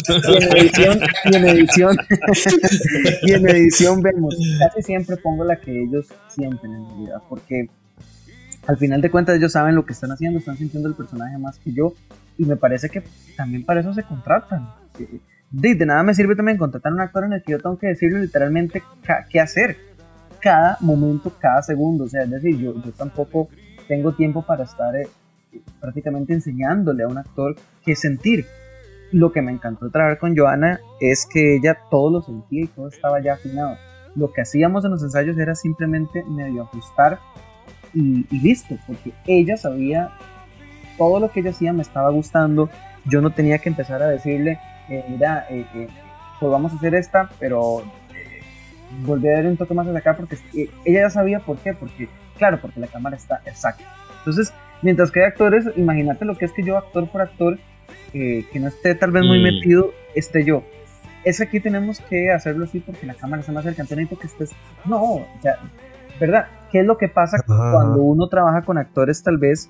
Speaker 4: Y en edición vemos. Casi siempre pongo la que ellos sienten en realidad, porque al final de cuentas ellos saben lo que están haciendo, están sintiendo el personaje más que yo, y me parece que también para eso se contratan. De nada me sirve también contratar a un actor en el que yo tengo que decirle literalmente qué hacer cada momento, cada segundo. O sea, es decir, yo tampoco tengo tiempo para estar prácticamente enseñándole a un actor qué sentir. Lo que me encantó trabajar con Joana es que ella todo lo sentía y todo estaba ya afinado. Lo que hacíamos en los ensayos era simplemente medio ajustar y listo, porque ella sabía todo lo que ella hacía, me estaba gustando. Yo no tenía que empezar a decirle, mira, pues vamos a hacer esta, pero volví a dar un toque más hacia acá, porque ella ya sabía por qué, porque la cámara está exacta. Entonces, mientras que hay actores, imagínate lo que es que yo, actor por actor, que no esté tal vez muy metido, esté yo. Es aquí tenemos que hacerlo así porque la cámara está más cerca, necesito que estés... No, o sea, ¿verdad? ¿Qué es lo que pasa cuando uno trabaja con actores tal vez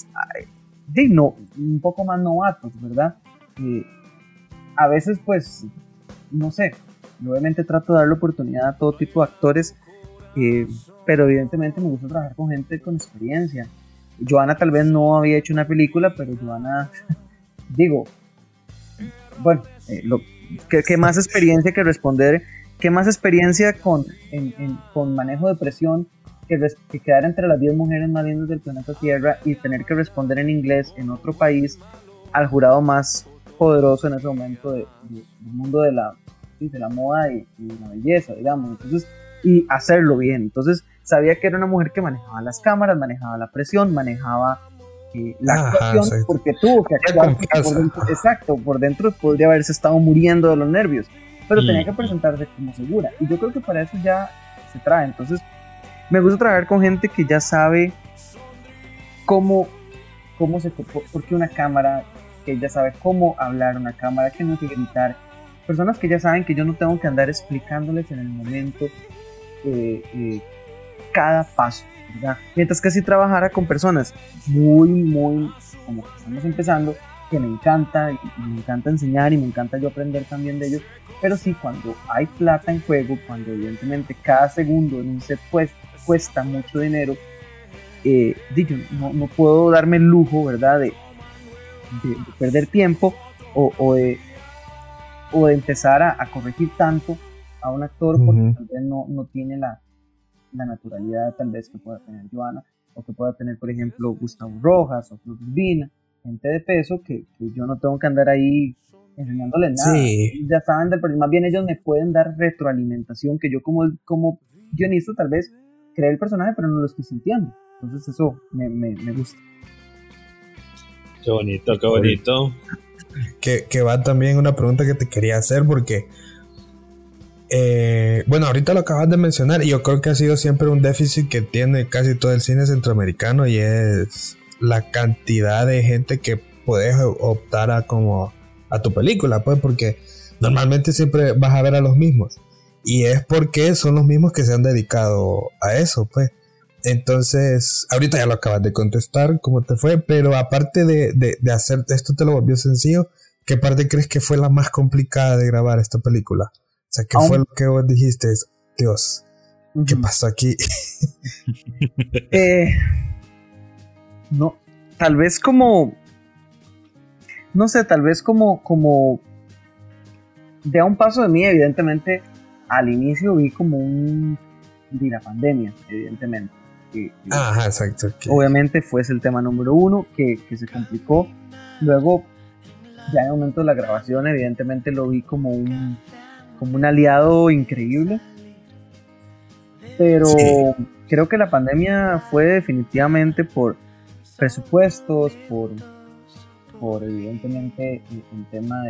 Speaker 4: un poco más novatos, ¿verdad? A veces, pues, no sé, obviamente trato de darle oportunidad a todo tipo de actores, pero evidentemente me gusta trabajar con gente con experiencia. Joana tal vez no había hecho una película, pero Joana, digo, bueno, ¿qué más experiencia que responder? ¿Qué más experiencia con manejo de presión que quedar entre las 10 mujeres más lindas del planeta Tierra y tener que responder en inglés en otro país al jurado más poderoso en ese momento del mundo de la moda y la belleza, digamos? Entonces, y hacerlo bien. Entonces, sabía que era una mujer que manejaba las cámaras, manejaba la presión, manejaba la actuación, exacto, porque tuvo que actuar por dentro, exacto, por dentro podría haberse estado muriendo de los nervios, pero tenía que presentarse como segura, y yo creo que para eso ya se trae. Entonces me gusta trabajar con gente que ya sabe porque una cámara, que ya sabe cómo hablar una cámara, que no hay que gritar, personas que ya saben que yo no tengo que andar explicándoles en el momento cada paso, ¿verdad? Mientras que si trabajara con personas muy como que estamos empezando, que me encanta y me encanta enseñar y me encanta yo aprender también de ellos, pero sí, cuando hay plata en juego, cuando evidentemente cada segundo en un set cuesta mucho dinero, yo no puedo darme el lujo, ¿verdad?, de perder tiempo o de empezar a corregir tanto a un actor porque tal vez no tiene la naturalidad tal vez que pueda tener Joana, o que pueda tener, por ejemplo, Gustavo Rojas o Cruz Urbina, gente de peso que yo no tengo que andar ahí enseñándoles nada. Sí. Ya saben, más bien ellos me pueden dar retroalimentación que yo como guionista tal vez creé el personaje, pero no lo estoy sintiendo. Entonces eso me gusta.
Speaker 2: Qué bonito, qué bonito.
Speaker 1: Que va también una pregunta que te quería hacer, porque bueno, ahorita lo acabas de mencionar y yo creo que ha sido siempre un déficit que tiene casi todo el cine centroamericano, y es la cantidad de gente que puedes optar a tu película, pues, porque normalmente siempre vas a ver a los mismos, y es porque son los mismos que se han dedicado a eso, pues. Entonces, ahorita ya lo acabas de contestar cómo te fue, pero aparte de hacer esto, te lo volvió sencillo. ¿Qué parte crees que fue la más complicada de grabar esta película? O sea, ¿qué fue lo que vos dijiste? Dios, ¿qué pasó aquí?
Speaker 4: No, tal vez como, no sé, tal vez como de a un paso de mí, evidentemente, al inicio vi como de la pandemia, evidentemente.
Speaker 1: Ajá, exacto. Okay.
Speaker 4: Obviamente fue el tema número 1 que se complicó. Luego, ya en el momento de la grabación, evidentemente lo vi como un aliado increíble. Pero sí, creo que la pandemia fue definitivamente por presupuestos, por evidentemente el tema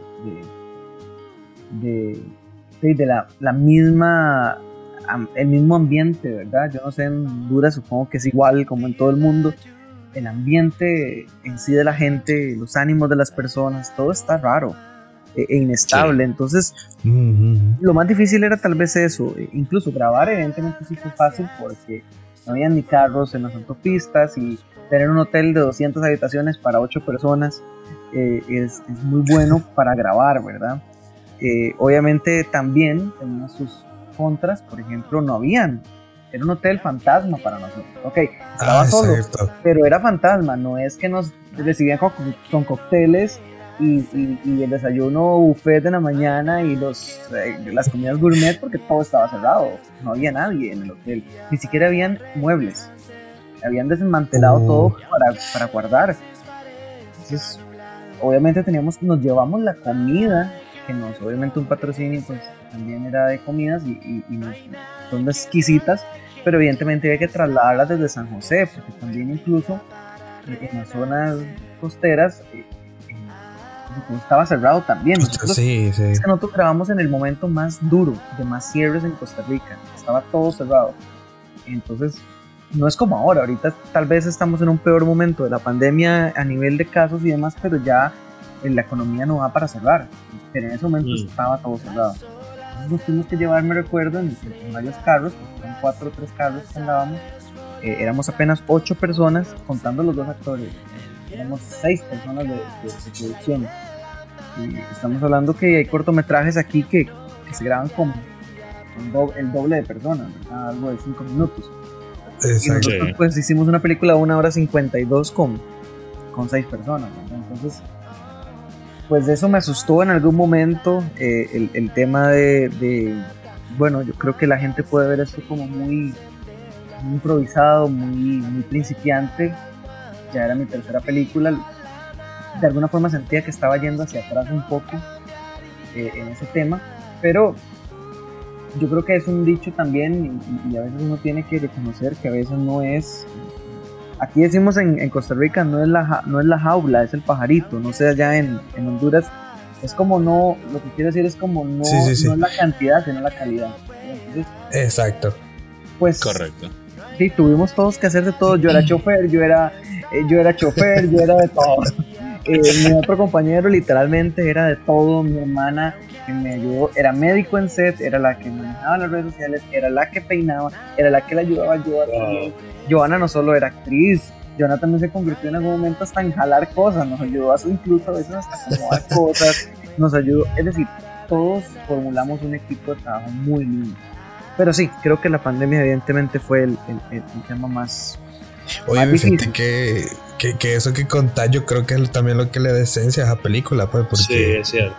Speaker 4: de la misma, el mismo ambiente, ¿verdad? Yo no sé, en Honduras supongo que es igual como en todo el mundo. El ambiente en sí de la gente, los ánimos de las personas, todo está raro e inestable. Sí. Entonces, lo más difícil era tal vez eso. Incluso grabar, evidentemente, sí fue fácil porque no había ni carros en las autopistas, y tener un hotel de 200 habitaciones para 8 personas es muy bueno para grabar, ¿verdad? Obviamente también tenía sus contras. Por ejemplo, era un hotel fantasma para nosotros. Ok, estaba solo, pero era fantasma. No es que nos recibían con cócteles y el desayuno buffet de la mañana y las comidas gourmet, porque todo estaba cerrado. No había nadie en el hotel. Ni siquiera habían muebles. Habían desmantelado todo para guardar. Entonces, obviamente nos llevamos la comida, que obviamente un patrocinio pues también era de comidas y son exquisitas, pero evidentemente había que trasladarlas desde San José, porque también incluso en las zonas costeras estaba cerrado también. Nosotros grabamos en el momento más duro, de más cierres en Costa Rica, estaba todo cerrado. Entonces no es como ahorita tal vez estamos en un peor momento de la pandemia a nivel de casos y demás, pero ya la economía no va para cerrar, pero en ese momento estaba todo cerrado. Entonces nos tuvimos que llevar, me recuerdo, en varios carros, porque son 4 o 3 carros que andábamos. Éramos apenas 8 personas contando los 2 actores, éramos 6 personas de producción, y estamos hablando que hay cortometrajes aquí que se graban con el doble de personas, ¿verdad? Algo de 5 minutos.
Speaker 1: Exacto.
Speaker 4: Y nosotros pues hicimos una película de 1 hora 52 con 6 personas, ¿verdad? Entonces, pues eso me asustó en algún momento, el tema de, bueno, yo creo que la gente puede ver esto como muy improvisado, muy principiante. Ya era mi tercera película, de alguna forma sentía que estaba yendo hacia atrás un poco en ese tema, pero yo creo que es un dicho también y a veces uno tiene que reconocer que a veces no es, aquí decimos en Costa Rica, no es la jaula, es el pajarito. No sé, allá en Honduras es como no, lo que quiero decir es como no, sí. No es la cantidad sino la calidad. Entonces,
Speaker 1: exacto,
Speaker 4: pues
Speaker 3: correcto.
Speaker 4: Sí, tuvimos todos que hacer de todo. Yo era chofer, yo era chofer, yo era de todo. Mi otro compañero literalmente era de todo. Mi hermana, que me ayudó, era médico en set, era la que manejaba las redes sociales, era la que peinaba, era la que le ayudaba a ayudar. Joana no solo era actriz, Joana también se convirtió en algún momento hasta en jalar cosas, nos ayudó incluso a veces hasta acomodar cosas, nos ayudó, es decir, todos formulamos un equipo de trabajo muy lindo. Pero sí, creo que la pandemia evidentemente fue el tema más...
Speaker 1: Oye, fíjate que eso que contás yo creo que es también lo que le da esencia a esa película, pues, porque...
Speaker 2: Sí, es cierto.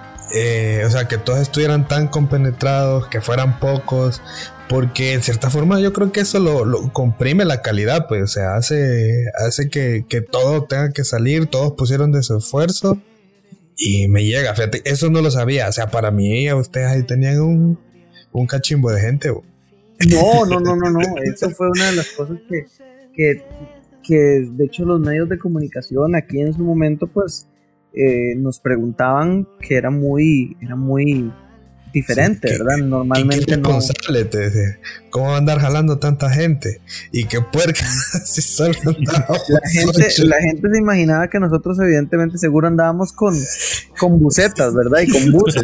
Speaker 1: O sea, que todos estuvieran tan compenetrados, que fueran pocos, porque en cierta forma yo creo que eso lo comprime la calidad, pues, o sea, hace que todo tenga que salir, todos pusieron de su esfuerzo y me llega, fíjate, eso no lo sabía, o sea, para mí ustedes ahí tenían un cachimbo de gente.
Speaker 4: No, eso fue una de las cosas que de hecho los medios de comunicación aquí en su momento pues nos preguntaban, que era muy diferente, sí, ¿verdad? Normalmente
Speaker 1: qué responsable, no. Te decía, ¿cómo va a andar jalando tanta gente? Y qué puerca si solo andábamos
Speaker 4: la gente se imaginaba que nosotros evidentemente seguro andábamos con busetas, ¿verdad? Y con buses.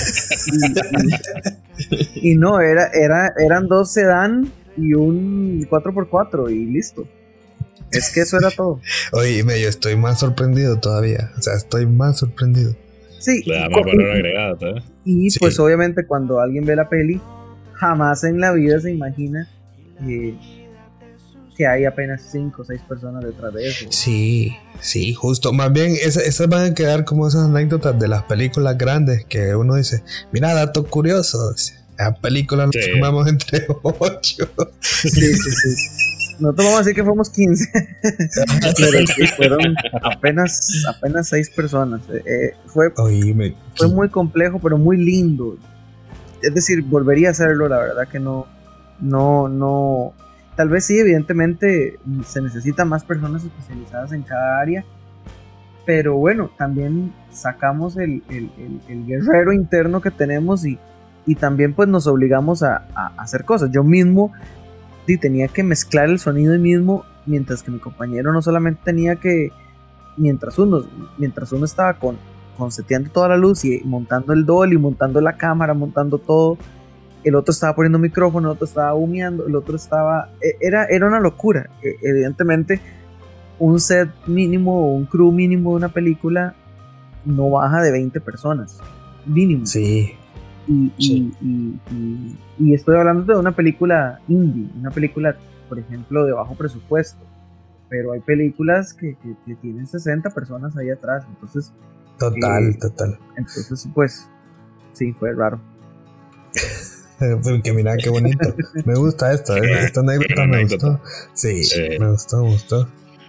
Speaker 4: y no, eran 2 sedán y un 4x4 y listo. Es que eso era todo.
Speaker 1: Oye, yo estoy más sorprendido todavía. O sea, estoy más sorprendido.
Speaker 4: Sí.
Speaker 3: Le damos valor agregado, ¿eh?
Speaker 4: Y sí, pues obviamente cuando alguien ve la peli, jamás en la vida se imagina que hay apenas 5 o 6 personas detrás de eso.
Speaker 1: Sí, justo. Más bien, esas van a quedar como esas anécdotas de las películas grandes que uno dice, mira, dato curioso. La película nos filmamos entre 8.
Speaker 4: Sí. Nosotros vamos a decir que fuimos 15. Pero sí, fueron apenas 6 personas. Fue muy complejo, pero muy lindo. Es decir, volvería a hacerlo, la verdad que no. Tal vez sí, evidentemente se necesitan más personas especializadas en cada área. Pero bueno, también sacamos el guerrero interno que tenemos y también pues nos obligamos a hacer cosas. Yo mismo tenía que mezclar el sonido mismo, mientras que mi compañero no solamente tenía que, mientras uno estaba con seteando toda la luz y montando el dolly, montando la cámara, montando todo, el otro estaba poniendo micrófono, el otro estaba humeando, el otro estaba... Era una locura. Evidentemente, un set mínimo o un crew mínimo de una película no baja de 20 personas. Mínimo.
Speaker 1: Sí.
Speaker 4: Y estoy hablando de una película indie, una película, por ejemplo, de bajo presupuesto. Pero hay películas que tienen 60 personas ahí atrás. Entonces...
Speaker 1: Total.
Speaker 4: Entonces, pues, sí, fue raro.
Speaker 1: Porque mira qué bonito. Me gusta esto, esta anécdota me gustó. Sí, me gustó.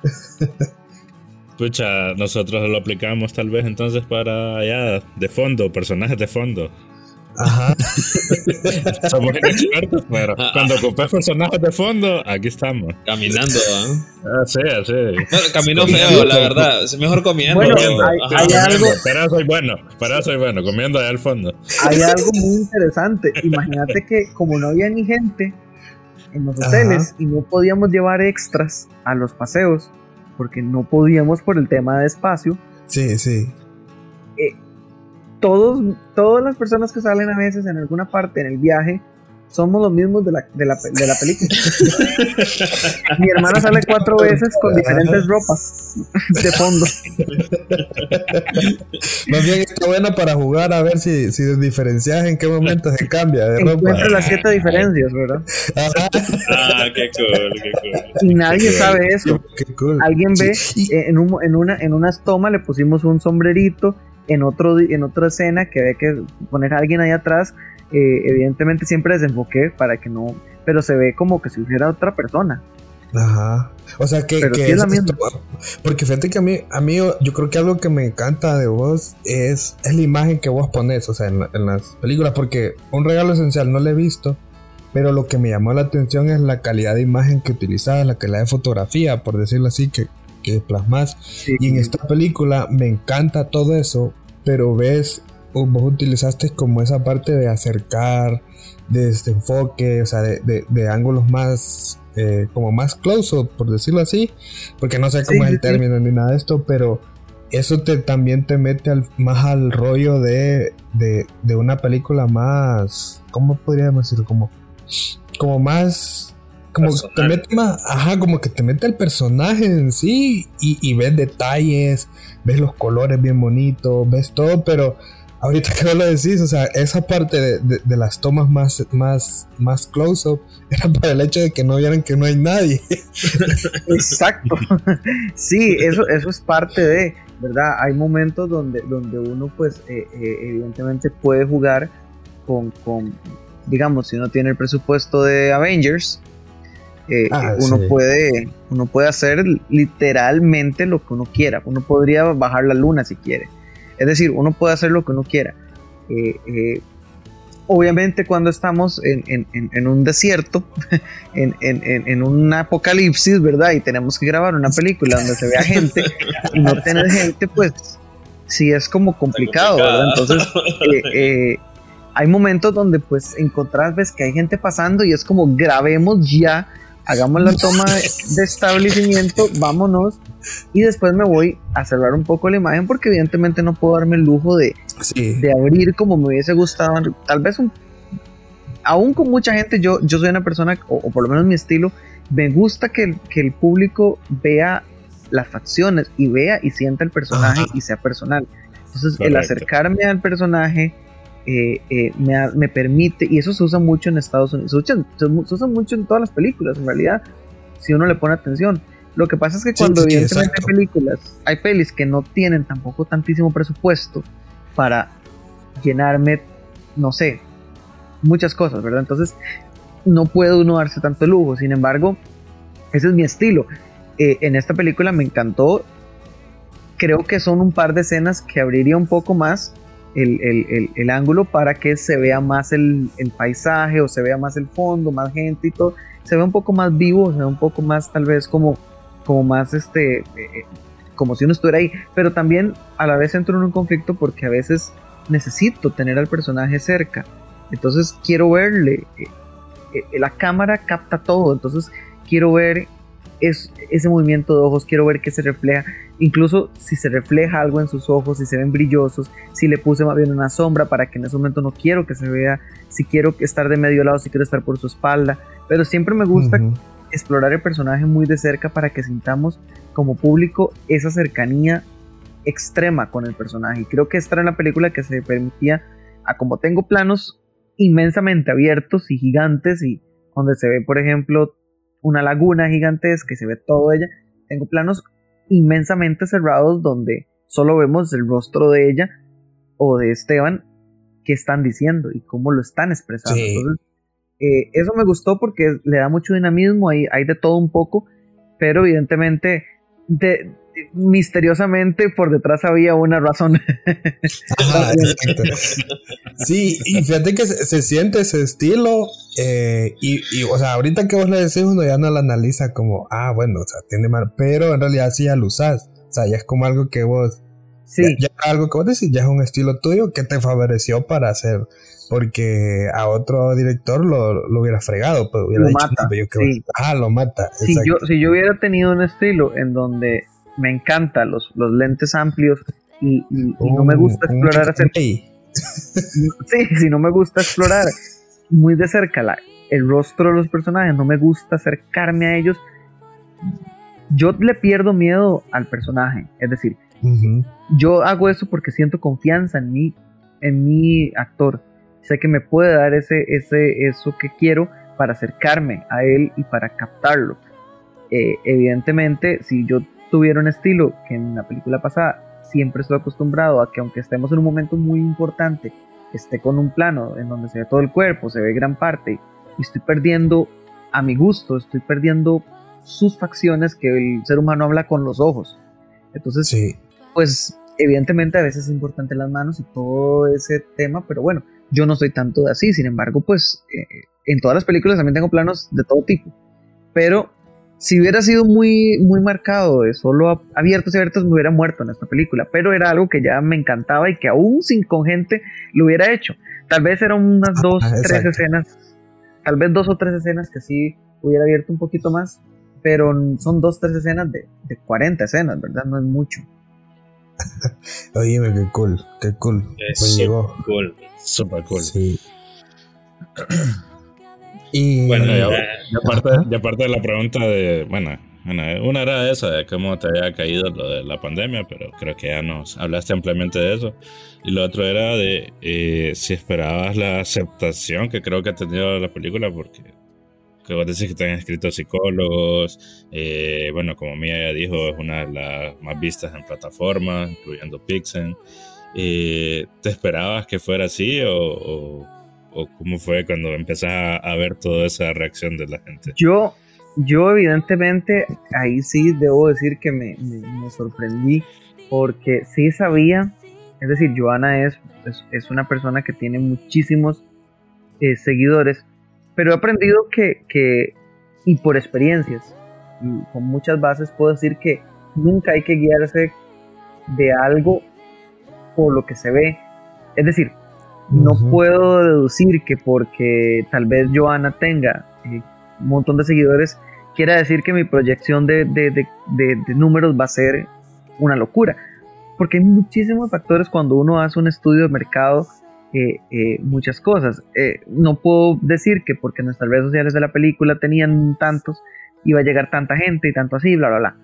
Speaker 3: Pucha, nosotros lo aplicamos tal vez entonces para allá de fondo, personajes de fondo.
Speaker 1: Ajá.
Speaker 3: Somos expertos, pero cuando ocupes personajes de fondo, aquí estamos.
Speaker 2: Caminando,
Speaker 3: Sí.
Speaker 2: Bueno, caminó feo, la verdad. Es mejor comiendo.
Speaker 4: Bueno, hay algo.
Speaker 3: Pero soy bueno, comiendo allá al fondo.
Speaker 4: Hay algo muy interesante. Imagínate que como no había ni gente en los hoteles y no podíamos llevar extras a los paseos, porque no podíamos por el tema de espacio.
Speaker 1: Sí.
Speaker 4: Todas las personas que salen a veces en alguna parte en el viaje somos los mismos de la película. Mi hermana sale 4 veces con diferentes ropas de fondo.
Speaker 1: Más bien está buena para jugar a ver si diferencias en qué momento se cambia de ropa.
Speaker 4: Encuentra las 7 diferencias, ¿verdad?
Speaker 2: Qué cool.
Speaker 4: Y nadie sabe eso.
Speaker 1: Qué cool.
Speaker 4: Alguien ve, en una toma le pusimos un sombrerito, en otra escena que había que poner a alguien ahí atrás. Evidentemente siempre desenfoqué para que no, pero se ve como que si fuera otra persona.
Speaker 1: Ajá. O sea que
Speaker 4: sí es la misma.
Speaker 1: Porque fíjate que a mí yo creo que algo que me encanta de vos es la imagen que vos pones, o sea, en las películas, porque Un regalo esencial no lo he visto, pero lo que me llamó la atención es la calidad de imagen que utilizas, la calidad de fotografía, por decirlo así, que plasmas. Sí. Y en esta película me encanta todo eso, pero vos utilizaste como esa parte de acercar, de desenfoque, o sea, de ángulos más, como más close-up, por decirlo así, porque no sé cómo es el término ni nada de esto, pero eso también te mete más al rollo de una película más, ¿cómo podríamos decirlo? Como más, como personal. Te mete más, como que te mete el personaje en sí y ves detalles, ves los colores bien bonitos, ves todo, pero ahorita que vos lo decís, o sea, esa parte de las tomas más close-up era para el hecho de que no vieran que no hay nadie.
Speaker 4: Exacto. Sí, eso es parte de, ¿verdad? Hay momentos donde uno, pues, evidentemente puede jugar con, digamos, si uno tiene el presupuesto de Avengers, uno puede hacer literalmente lo que uno quiera. Uno podría bajar la luna si quiere. Es decir, uno puede hacer lo que uno quiera. Obviamente cuando estamos en un desierto, en un apocalipsis, ¿verdad? Y tenemos que grabar una película donde se vea gente y no tener gente, pues sí es como complicado, ¿verdad? Entonces hay momentos donde pues ves que hay gente pasando y es como grabemos ya, hagamos la toma de establecimiento, vámonos. Y después me voy a cerrar un poco la imagen porque evidentemente no puedo darme el lujo de abrir como me hubiese gustado. Tal vez aún con mucha gente, yo soy una persona, o por lo menos mi estilo, me gusta que el público vea las facciones y vea y sienta el personaje y sea personal. Entonces el acercarme al personaje me permite, y eso se usa mucho en Estados Unidos, se usa mucho en todas las películas en realidad, si uno le pone atención. Lo que pasa es que cuando evidentemente hay pelis que no tienen tampoco tantísimo presupuesto para llenarme, no sé, muchas cosas, ¿verdad? Entonces no puede uno darse tanto lujo. Sin embargo, ese es mi estilo. En esta película me encantó. Creo que son un par de escenas que abriría un poco más el ángulo para que se vea más el paisaje, o se vea más el fondo, más gente y todo. Se ve un poco más vivo, se ve un poco más tal vez como más como si uno estuviera ahí, pero también a la vez entro en un conflicto porque a veces necesito tener al personaje cerca, entonces quiero verle, la cámara capta todo, entonces quiero ver ese movimiento de ojos, quiero ver qué se refleja, incluso si se refleja algo en sus ojos, si se ven brillosos, si le puse más bien una sombra para que en ese momento no quiero que se vea, si quiero estar de medio lado, si quiero estar por su espalda, pero siempre me gusta explorar el personaje muy de cerca para que sintamos como público esa cercanía extrema con el personaje. Y creo que esta era la película que se permitía, como tengo planos inmensamente abiertos y gigantes, y donde se ve, por ejemplo, una laguna gigantesca y se ve todo ella, tengo planos inmensamente cerrados donde solo vemos el rostro de ella o de Esteban, qué están diciendo y cómo lo están expresando. Entonces, eso me gustó porque le da mucho dinamismo, hay de todo un poco, pero evidentemente misteriosamente por detrás había una razón.
Speaker 1: Exacto. Sí, y fíjate que se siente ese estilo, y o sea, ahorita que vos le decís, uno ya no lo analiza como, bueno, o sea, tiene mal, pero en realidad sí ya lo usás, o sea, ya es como algo que vos, ya algo que vos decís, ya es un estilo tuyo que te favoreció para hacer, porque a otro director lo hubiera fregado, pues hubiera dicho,
Speaker 4: mata,
Speaker 1: lo mata.
Speaker 4: Si yo hubiera tenido un estilo en donde me encantan los lentes amplios y no me gusta explorar si no me gusta explorar muy de cerca el rostro de los personajes, no me gusta acercarme a ellos. Yo le pierdo miedo al personaje, es decir, yo hago eso porque siento confianza en mi actor. Sé que me puede dar eso que quiero para acercarme a él y para captarlo. Evidentemente, si yo tuviera un estilo que en la película pasada siempre estoy acostumbrado a que, aunque estemos en un momento muy importante, esté con un plano en donde se ve todo el cuerpo, se ve gran parte, y estoy perdiendo, a mi gusto, estoy perdiendo sus facciones, que el ser humano habla con los ojos. Entonces, sí, pues evidentemente a veces es importante las manos y todo ese tema, pero bueno, yo no soy tanto de así. Sin embargo, pues en todas las películas también tengo planos de todo tipo, pero si hubiera sido muy, muy marcado de solo abiertos y abiertos, me hubiera muerto en esta película, pero era algo que ya me encantaba y que aún sin con gente lo hubiera hecho. Tal vez eran unas 2 o 3 escenas, tal vez 2 o 3 escenas que sí hubiera abierto un poquito más, pero son 2 o 3 escenas de 40 escenas, ¿verdad? No es mucho.
Speaker 1: Oye, qué cool.
Speaker 2: Es cool.
Speaker 3: Super cool.
Speaker 1: Sí. Y
Speaker 3: bueno, ya aparte de la pregunta de, bueno, una era esa, de cómo te había caído lo de la pandemia, pero creo que ya nos hablaste ampliamente de eso. Y lo otro era de si esperabas la aceptación que creo que ha tenido la película, porque que vos decís que te han escrito psicólogos, bueno, como Mía ya dijo, es una de las más vistas en plataformas, incluyendo Pixen. ¿Te esperabas que fuera así o cómo fue cuando empezás a ver toda esa reacción de la gente?
Speaker 4: Yo evidentemente ahí sí debo decir que me sorprendí, porque sí sabía, es decir, Joanna es una persona que tiene muchísimos seguidores, pero he aprendido que y por experiencias y con muchas bases puedo decir que nunca hay que guiarse de algo por lo que se ve. Es decir, no puedo deducir que porque tal vez Joanna tenga un montón de seguidores quiera decir que mi proyección de números va a ser una locura, porque hay muchísimos factores cuando uno hace un estudio de mercado. Muchas cosas. No puedo decir que porque nuestras redes sociales de la película tenían tantos, iba a llegar tanta gente y tanto así, bla, bla, bla.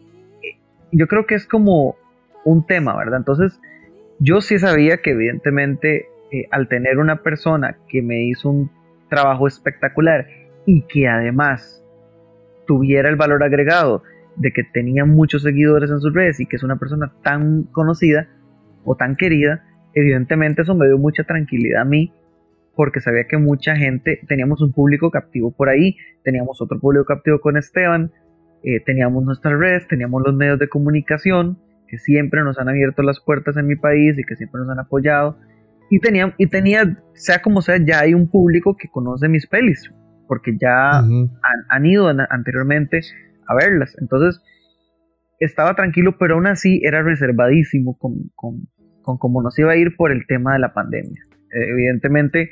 Speaker 4: Yo creo que es como un tema, ¿verdad? Entonces, yo sí sabía que evidentemente al tener una persona que me hizo un trabajo espectacular y que además tuviera el valor agregado de que tenía muchos seguidores en sus redes y que es una persona tan conocida o tan querida, evidentemente eso me dio mucha tranquilidad a mí, porque sabía que mucha gente, teníamos un público captivo por ahí, teníamos otro público captivo con Esteban, teníamos nuestras redes, teníamos los medios de comunicación que siempre nos han abierto las puertas en mi país y que siempre nos han apoyado, y tenía, sea como sea, ya hay un público que conoce mis pelis, porque ya han ido anteriormente a verlas. Entonces estaba tranquilo, pero aún así era reservadísimo con cómo nos iba a ir por el tema de la pandemia. Evidentemente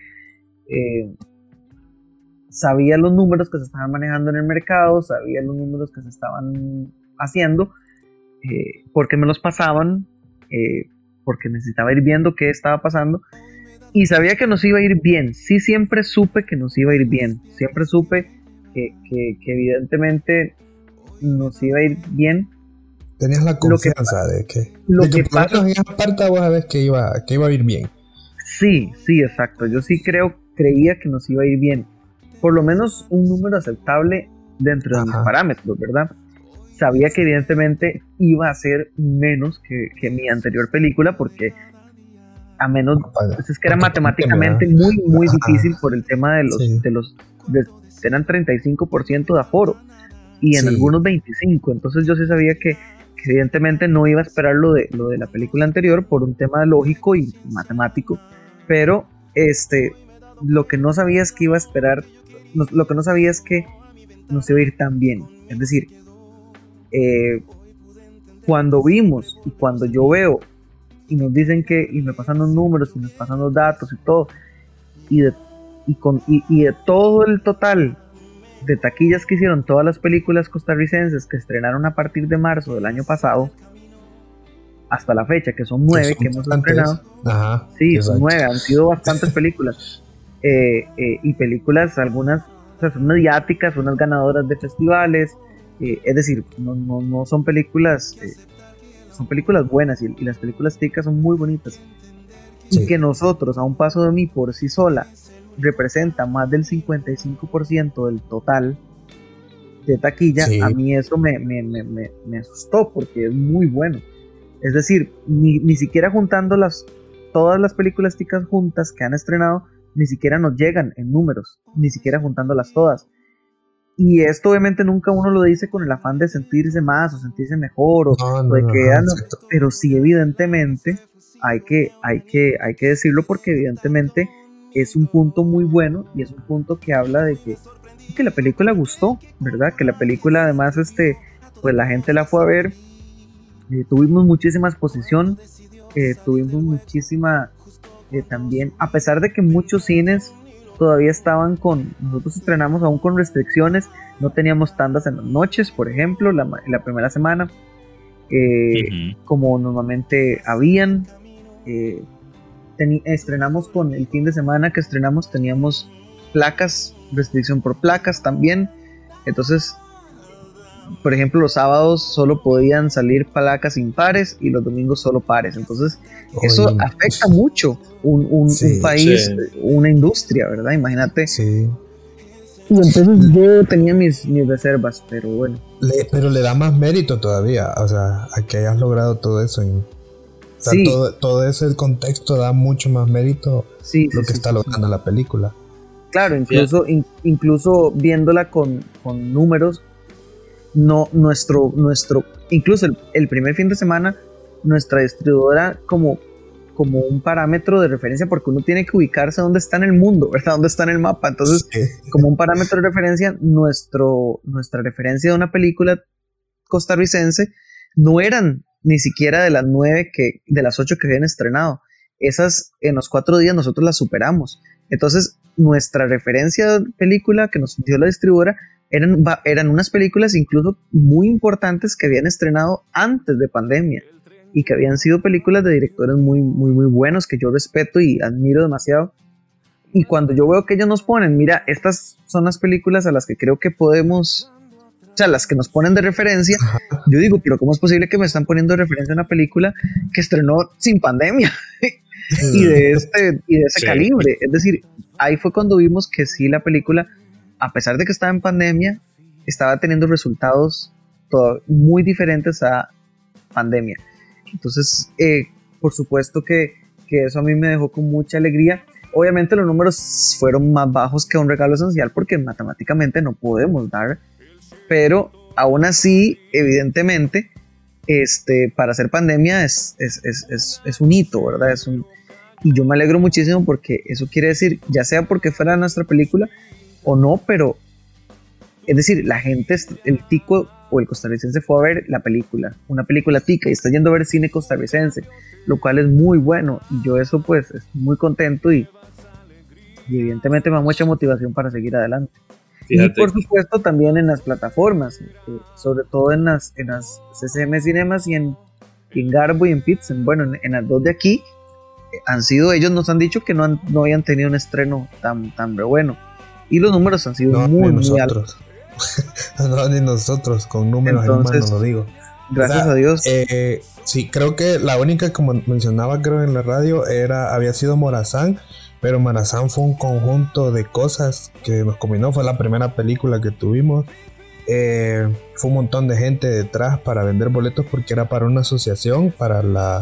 Speaker 4: sabía los números que se estaban manejando en el mercado, sabía los números que se estaban haciendo, porque me los pasaban, porque necesitaba ir viendo qué estaba pasando, y sabía que nos iba a ir bien. Sí, siempre supe que nos iba a ir bien, siempre supe que evidentemente nos iba a ir bien.
Speaker 1: Tenías la confianza de que por lo menos en esa parte vos sabés que iba a ir bien.
Speaker 4: Sí, exacto. Yo sí creía que nos iba a ir bien. Por lo menos un número aceptable dentro de mis parámetros, ¿verdad? Sabía que evidentemente iba a ser menos que mi anterior película, porque a menos, pues es que era matemáticamente muy, muy difícil por el tema eran 35% de aforo y en algunos 25%. Entonces yo sí sabía que evidentemente no iba a esperar lo de la película anterior por un tema lógico y matemático, pero lo que no sabía es que iba a esperar, lo que no sabía es que nos iba a ir tan bien. Es decir, cuando vimos y cuando yo veo y nos dicen y me pasan los números y nos pasan los datos y todo, y de todo el total de taquillas que hicieron todas las películas costarricenses que estrenaron a partir de marzo del año pasado hasta la fecha, que son 9 que hemos estrenado. Sí, son 9, han sido bastantes películas. y películas, algunas, o sea, son mediáticas, unas ganadoras de festivales, es decir, no son películas, son películas buenas, y las películas ticas son muy bonitas. Sí. Y que nosotros, a un paso de mí por sí sola, representa más del 55% del total de taquilla, sí. A mí eso me asustó, porque es muy bueno. Es decir, ni siquiera juntando todas las películas ticas juntas que han estrenado, ni siquiera nos llegan en números, ni siquiera juntándolas todas. Y esto obviamente nunca uno lo dice con el afán de sentirse más o sentirse mejor, pero sí, evidentemente hay que decirlo, porque evidentemente es un punto muy bueno, y es un punto que habla de que la película gustó, ¿verdad? Que la película además pues la gente la fue a ver, tuvimos muchísima exposición, tuvimos muchísima también, a pesar de que muchos cines todavía estaban nosotros estrenamos aún con restricciones, no teníamos tandas en las noches, por ejemplo, la primera semana, como normalmente habían, estrenamos con el fin de semana que estrenamos, teníamos placas, restricción por placas también, entonces, por ejemplo, los sábados solo podían salir placas impares y los domingos solo pares, entonces eso afecta mucho un país, una industria, ¿verdad? Imagínate. Sí. Y entonces yo tenía mis reservas, pero bueno.
Speaker 1: Pero le da más mérito todavía, o sea, a que hayas logrado todo eso. O sea, sí. todo ese contexto da mucho más mérito lo que está logrando la película.
Speaker 4: Claro, incluso viéndola con números, no incluso el primer fin de semana, nuestra distribuidora como un parámetro de referencia, porque uno tiene que ubicarse dónde está en el mundo, ¿verdad? Dónde está en el mapa. Entonces, como un parámetro de referencia, nuestra referencia de una película costarricense no eran ni siquiera de las 9 de las 8 que habían estrenado. Esas en los 4 días nosotros las superamos. Entonces, nuestra referencia de película que nos dio la distribuidora eran unas películas incluso muy importantes que habían estrenado antes de pandemia, y que habían sido películas de directores muy, muy, muy buenos, que yo respeto y admiro demasiado. Y cuando yo veo que ellos nos ponen, mira, estas son las películas a las que creo que podemos, o sea, las que nos ponen de referencia, yo digo, pero ¿cómo es posible que me están poniendo de referencia una película que estrenó sin pandemia? y de ese calibre. Es decir, ahí fue cuando vimos que sí, la película, a pesar de que estaba en pandemia, estaba teniendo resultados muy diferentes a pandemia. Entonces, por supuesto que eso a mí me dejó con mucha alegría. Obviamente los números fueron más bajos que un regalo esencial, porque matemáticamente no podemos dar, pero aún así, evidentemente, para hacer pandemia es un hito, ¿verdad? Y yo me alegro muchísimo, porque eso quiere decir, ya sea porque fuera nuestra película o no, pero es decir, la gente, el tico o el costarricense fue a ver la película, una película tica, y está yendo a ver cine costarricense, lo cual es muy bueno, y yo eso pues estoy muy contento, y evidentemente me da mucha motivación para seguir adelante. Fíjate. Y por supuesto también en las plataformas, sobre todo en las CCM Cinemas y en Garbo y en Pizzen. Bueno, en las dos de aquí ellos nos han dicho que no habían tenido un estreno tan bueno, y los números han sido muy altos.
Speaker 1: No, ni nosotros, con números. Entonces, en mano lo digo.
Speaker 4: Gracias a Dios.
Speaker 1: Sí, creo que la única, como mencionaba, creo en la radio, había sido Morazán, pero Morazán fue un conjunto de cosas que nos combinó. Fue la primera película que tuvimos. Fue un montón de gente detrás para vender boletos, porque era para una asociación, ¿para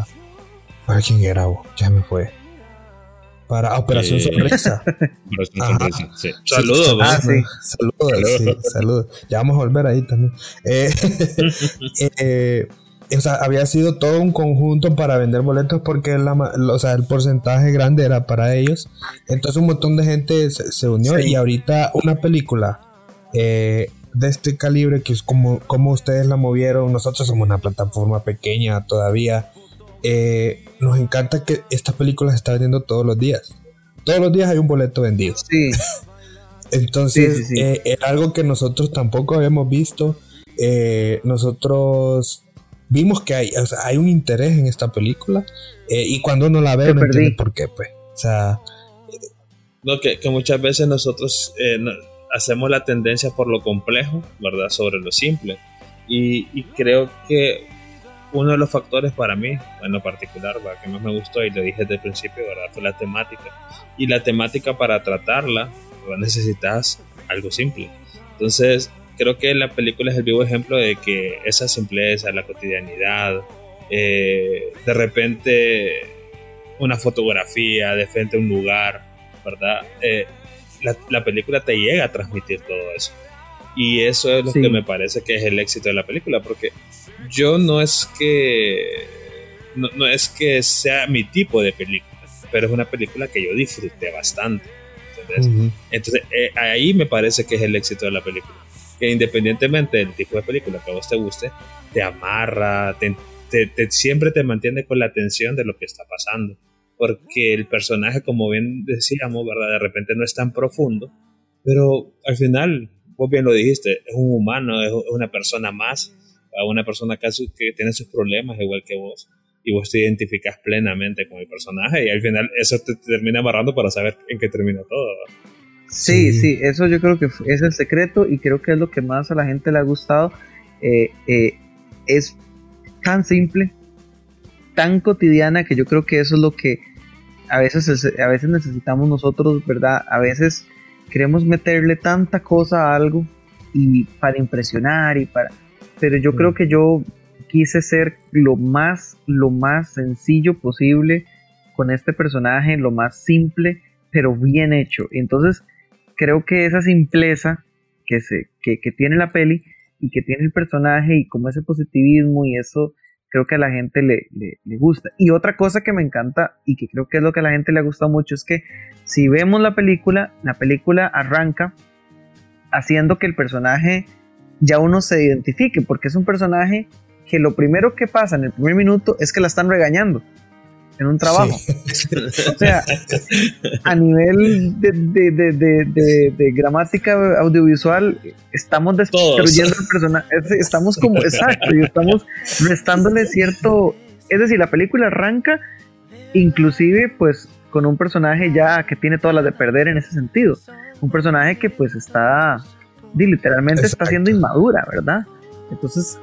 Speaker 1: quién era? Ya me fue. Para Operación Sonrisa.
Speaker 3: Operación Sonrisa, sí.
Speaker 2: Saludos.
Speaker 1: Saludos. Ya vamos a volver ahí también. O sea, había sido todo un conjunto para vender boletos, porque el porcentaje grande era para ellos. Entonces un montón de gente se unió, y ahorita una película de este calibre, que es como ustedes la movieron, nosotros somos una plataforma pequeña todavía. Nos encanta que estas películas se están vendiendo todos los días. Todos los días hay un boleto vendido.
Speaker 4: Sí.
Speaker 1: Entonces, era algo que nosotros tampoco habíamos visto. Nosotros vimos que hay un interés en esta película, y cuando uno la ve, no entiende por qué, pues. O sea,
Speaker 2: No, que muchas veces nosotros hacemos la tendencia por lo complejo, ¿verdad? Sobre lo simple. Y creo que uno de los factores para mí, en lo particular, ¿verdad?, que más me gustó, y lo dije desde el principio, ¿verdad?, fue la temática. Y la temática, para tratarla, ¿verdad?, necesitas algo simple. Entonces, creo que la película es el vivo ejemplo de que esa simpleza, la cotidianidad, de repente una fotografía de frente a un lugar, ¿verdad? La película te llega a transmitir todo eso. Y eso es lo que me parece que es el éxito de la película, porque yo no es que sea mi tipo de película, pero es una película que yo disfruté bastante. Entonces ahí me parece que es el éxito de la película, que independientemente del tipo de película que a vos te guste, te amarra, siempre te mantiene con la atención de lo que está pasando, porque el personaje, como bien decíamos, ¿verdad?, de repente no es tan profundo, pero al final, vos bien lo dijiste, es un humano, es una persona más, una persona que tiene sus problemas igual que vos, y vos te identificas plenamente con el personaje, y al final eso te termina amarrando para saber en qué termina todo, ¿verdad?
Speaker 4: Sí, eso yo creo que es el secreto, y creo que es lo que más a la gente le ha gustado. Es tan simple, tan cotidiana, que yo creo que eso es lo que a veces necesitamos nosotros, ¿verdad? A veces queremos meterle tanta cosa a algo y para impresionar pero yo creo que yo quise ser lo más sencillo posible con este personaje, lo más simple pero bien hecho. Entonces creo que esa simpleza que tiene la peli y que tiene el personaje, y como ese positivismo, y eso creo que a la gente le gusta. Y otra cosa que me encanta, y que creo que es lo que a la gente le ha gustado mucho, es que si vemos la película arranca haciendo que el personaje ya uno se identifique, porque es un personaje que lo primero que pasa en el primer minuto es que la están regañando en un trabajo. Sí. O sea, a nivel de gramática audiovisual, estamos destruyendo el personaje. Estamos como, exacto, y estamos restándole cierto. Es decir, la película arranca inclusive pues con un personaje ya que tiene todas las de perder en ese sentido. Un personaje que pues está, literalmente exacto, está siendo inmadura, ¿verdad? Entonces,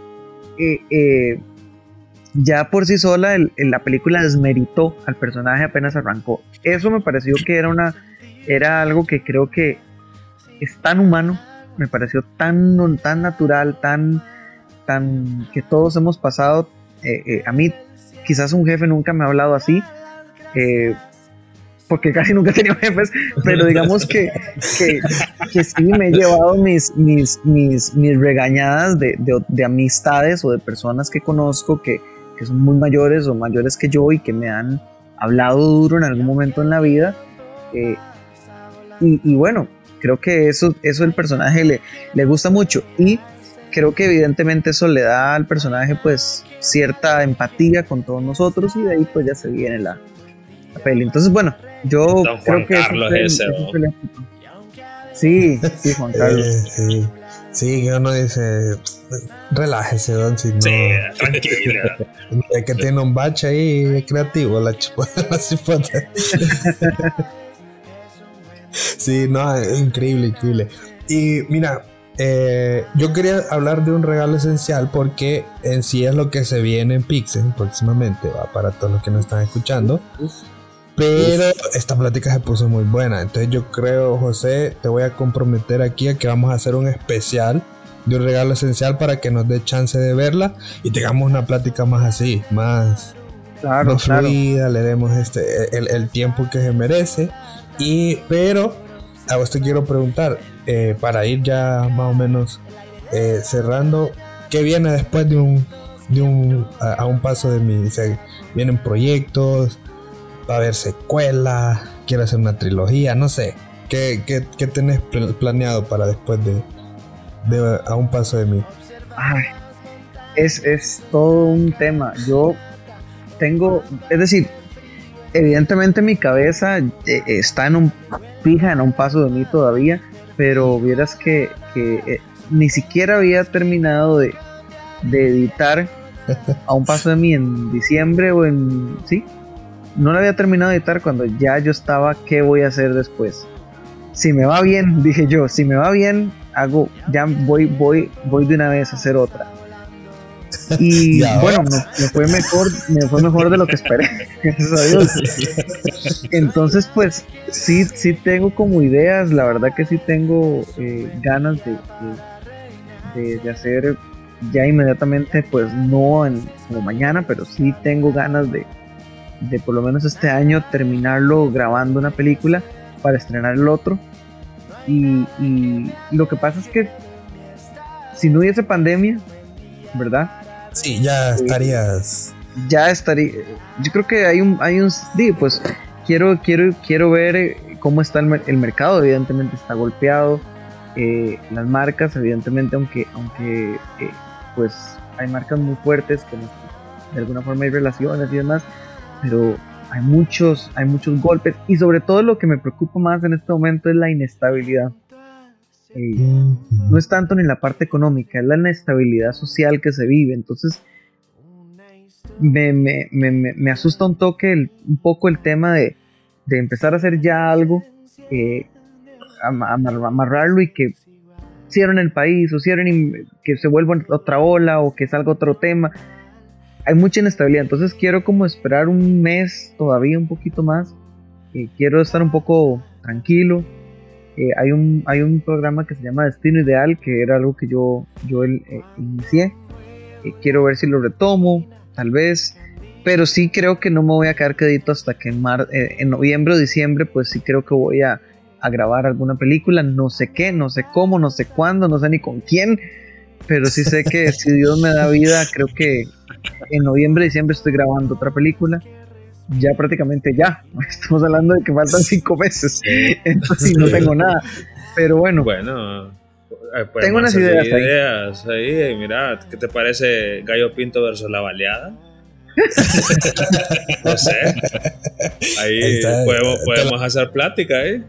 Speaker 4: ya por sí sola la película desmeritó al personaje apenas arrancó. Eso me pareció que era algo que creo que es tan humano, me pareció tan natural, tan que todos hemos pasado. A mí quizás un jefe nunca me ha hablado así, porque casi nunca he tenido jefes, pero digamos que sí me he llevado mis regañadas de amistades o de personas que conozco que son muy mayores o mayores que yo y que me han hablado duro en algún momento en la vida, y bueno, creo que eso el personaje le gusta mucho, y creo que evidentemente eso le da al personaje pues cierta empatía con todos nosotros, y de ahí pues ya se viene la peli. Entonces bueno, yo
Speaker 2: Don
Speaker 4: creo
Speaker 2: Juan
Speaker 4: que
Speaker 2: Carlos ese, ¿no?
Speaker 4: Sí, Juan Carlos.
Speaker 1: Sí, que uno dice, relájese, don, si no.
Speaker 2: Sí, tranquila.
Speaker 1: Es que tiene un bache ahí creativo, la cipota. Sí, no, es increíble. Y mira, yo quería hablar de un regalo esencial, porque en sí es lo que se viene en Pixel próximamente, va, para todos los que nos están escuchando. Pero esta plática se puso muy buena. Entonces yo creo, José, te voy a comprometer aquí a que vamos a hacer un especial de un regalo esencial para que nos dé chance de verla y tengamos una plática más así, más fluida, le demos el tiempo que se merece. Pero a vos te quiero preguntar, para ir ya más o menos cerrando, ¿qué viene después a un paso de mí? O sea, ¿vienen proyectos? ¿Va a haber secuela? ¿Quieres hacer una trilogía? No sé. ¿Qué tenés planeado para después de A un paso de mí?
Speaker 4: Ay, es todo un tema. Yo tengo, es decir, evidentemente mi cabeza está fija en un paso de mí todavía, pero vieras que ni siquiera había terminado de editar A un paso de mí en diciembre no la había terminado de editar cuando ya yo estaba, ¿qué voy a hacer después? Si me va bien, dije yo, si me va bien, voy de una vez a hacer otra. Y bueno, me fue mejor de lo que esperé, gracias a Dios. Entonces pues sí tengo como ideas, la verdad que sí tengo ganas de hacer ya inmediatamente, pues no como mañana, pero sí tengo ganas de por lo menos este año terminarlo grabando una película para estrenar el otro. Y lo que pasa es que si no hubiese pandemia, ¿verdad?
Speaker 1: Sí, ya estarías.
Speaker 4: Ya estaría. Yo creo que hay un pues quiero ver cómo está el mercado. Evidentemente está golpeado. Las marcas, evidentemente, aunque pues hay marcas muy fuertes que de alguna forma hay relaciones y demás, pero hay muchos golpes, y sobre todo lo que me preocupa más en este momento es la inestabilidad. No es tanto ni la parte económica, es la inestabilidad social que se vive. Entonces me asusta un poco el tema de empezar a hacer ya algo, amarrarlo y que cierren el país o que se vuelva otra ola o que salga otro tema. Hay mucha inestabilidad, entonces quiero como esperar un mes, todavía un poquito más. Quiero estar un poco tranquilo. Hay un programa que se llama Destino Ideal, que era algo que yo inicié. Quiero ver si lo retomo, tal vez, pero sí creo que no me voy a quedar quedito hasta que en noviembre o diciembre, pues sí creo que voy a grabar alguna película. No sé qué, no sé cómo, no sé cuándo, no sé ni con quién, pero sí sé que si Dios me da vida, creo que en noviembre, diciembre estoy grabando otra película. Ya prácticamente estamos hablando de que faltan 5 meses, entonces no tengo nada, pero bueno, tengo unas
Speaker 2: ideas ahí. Mira, ¿qué te parece Gallo Pinto versus La Baleada? No sé, ahí podemos hacer plática ahí.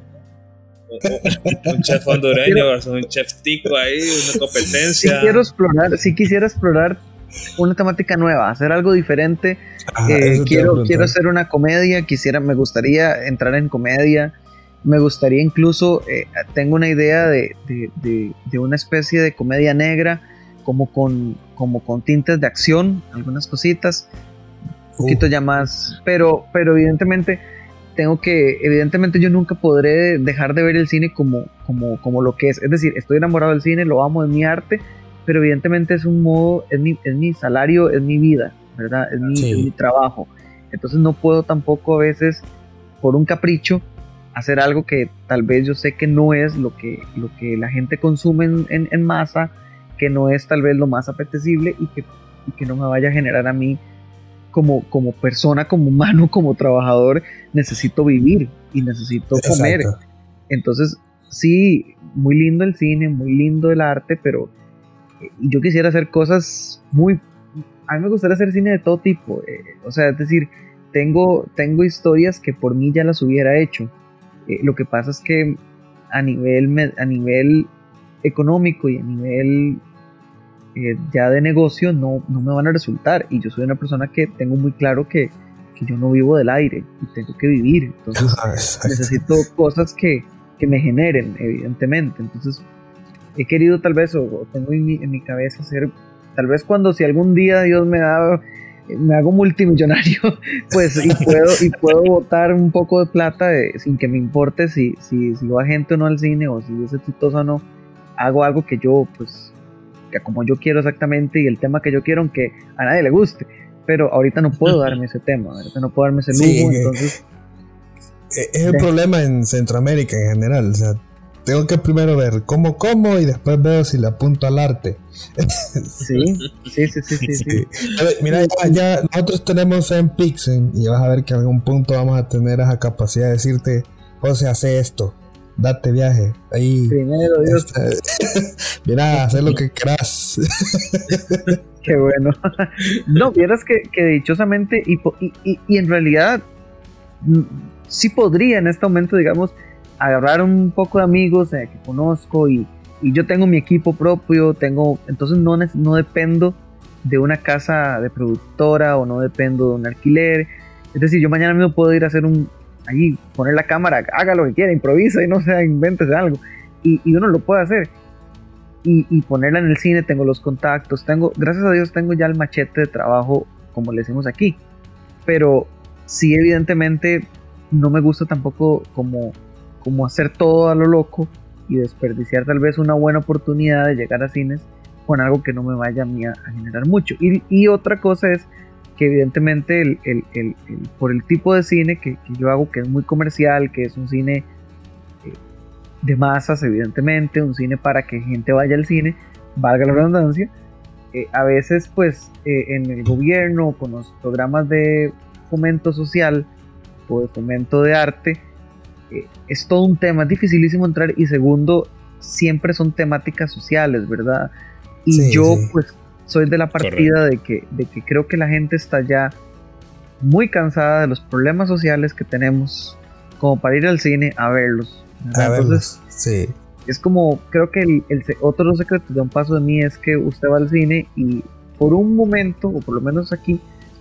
Speaker 2: Un chef hondureño versus un chef tico ahí, una competencia.
Speaker 4: Si quisiera explorar una temática nueva, hacer algo diferente. Quiero hacer una comedia, me gustaría entrar en comedia, me gustaría incluso, tengo una idea de una especie de comedia negra, como con tintes de acción, algunas cositas, un poquito ya más, pero evidentemente yo nunca podré dejar de ver el cine como lo que es decir, estoy enamorado del cine, lo amo, es mi arte, pero evidentemente es un modo, es mi salario, es mi vida, ¿verdad? Es mi trabajo. Entonces no puedo tampoco a veces, por un capricho, hacer algo que tal vez yo sé que no es lo que la gente consume en masa, que no es tal vez lo más apetecible y que no me vaya a generar a mí como persona, como humano, como trabajador. Necesito vivir y necesito comer. Exacto. Entonces sí, muy lindo el cine, muy lindo el arte, pero yo quisiera hacer cosas a mí me gustaría hacer cine de todo tipo, o sea, es decir, tengo historias que por mí ya las hubiera hecho. Lo que pasa es que a nivel económico y a nivel ya de negocio no me van a resultar, y yo soy una persona que tengo muy claro que yo no vivo del aire y tengo que vivir. Entonces necesito cosas que me generen, evidentemente. Entonces he querido tal vez, o tengo en mi cabeza hacer, tal vez si algún día Dios me hago multimillonario, pues y puedo botar un poco de plata sin que me importe si va gente o no al cine, o si es exitoso o no, hago algo que yo, pues, que como yo quiero exactamente, y el tema que yo quiero, aunque a nadie le guste, pero ahorita no puedo darme ese tema, ahorita no puedo darme ese lujo, entonces...
Speaker 1: Es el problema en Centroamérica en general, o sea, tengo que primero ver cómo como y después veo si le apunto al arte.
Speaker 4: Sí.
Speaker 1: Mira, ya nosotros tenemos en Pixen y vas a ver que en algún punto vamos a tener esa capacidad de decirte, José, hace esto, date viaje, ahí.
Speaker 4: Primero, Dios.
Speaker 1: Mira, haz lo que quieras.
Speaker 4: Qué bueno. No, vieras que dichosamente y en realidad sí podría en este momento, digamos, agarrar un poco de amigos que conozco y yo tengo mi equipo propio, entonces no dependo de una casa de productora o no dependo de un alquiler. Es decir, yo mañana mismo puedo ir a hacer ahí, poner la cámara, haga lo que quiera, improvisa y no sé, invéntese algo. Y uno lo puede hacer. Y ponerla en el cine, tengo los contactos, gracias a Dios tengo ya el machete de trabajo, como le decimos aquí. Pero sí, evidentemente, no me gusta tampoco como hacer todo a lo loco y desperdiciar tal vez una buena oportunidad de llegar a cines con algo que no me vaya a mí a generar mucho. Y otra cosa es que evidentemente por el tipo de cine que yo hago, que es muy comercial, que es un cine de masas, evidentemente, un cine para que gente vaya al cine, valga la redundancia, a veces pues en el gobierno, con los programas de fomento social o de fomento de arte, es todo un tema, es dificilísimo entrar, y segundo, siempre son temáticas sociales, ¿verdad? Y sí, yo sí, pues soy de la partida de que creo que la gente está ya muy cansada de los problemas sociales que tenemos como para ir al cine a verlos. Entonces, sí, es como, creo que otro de los secretos de Un Paso de Mí es que usted va al cine y por un momento, o por lo menos aquí,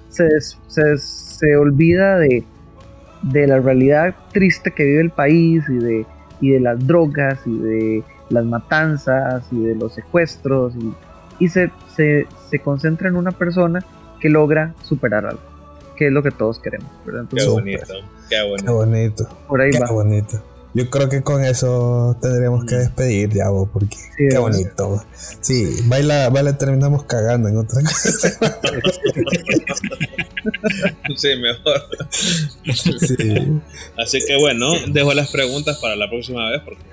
Speaker 4: se olvida de la realidad triste que vive el país y de las drogas y de las matanzas y de los secuestros y se concentra en una persona que logra superar algo, que es lo que todos queremos, ¿verdad? Entonces,
Speaker 2: qué bonito.
Speaker 1: Qué bonito.
Speaker 4: Por ahí va.
Speaker 1: Qué bonito. Yo creo que con eso tendríamos que despedir ya, vos, porque sí, qué bonito. Sí, baila, terminamos cagando en otra cosa.
Speaker 2: Sí, mejor. Sí. Así que bueno, dejo las preguntas para la próxima vez, porque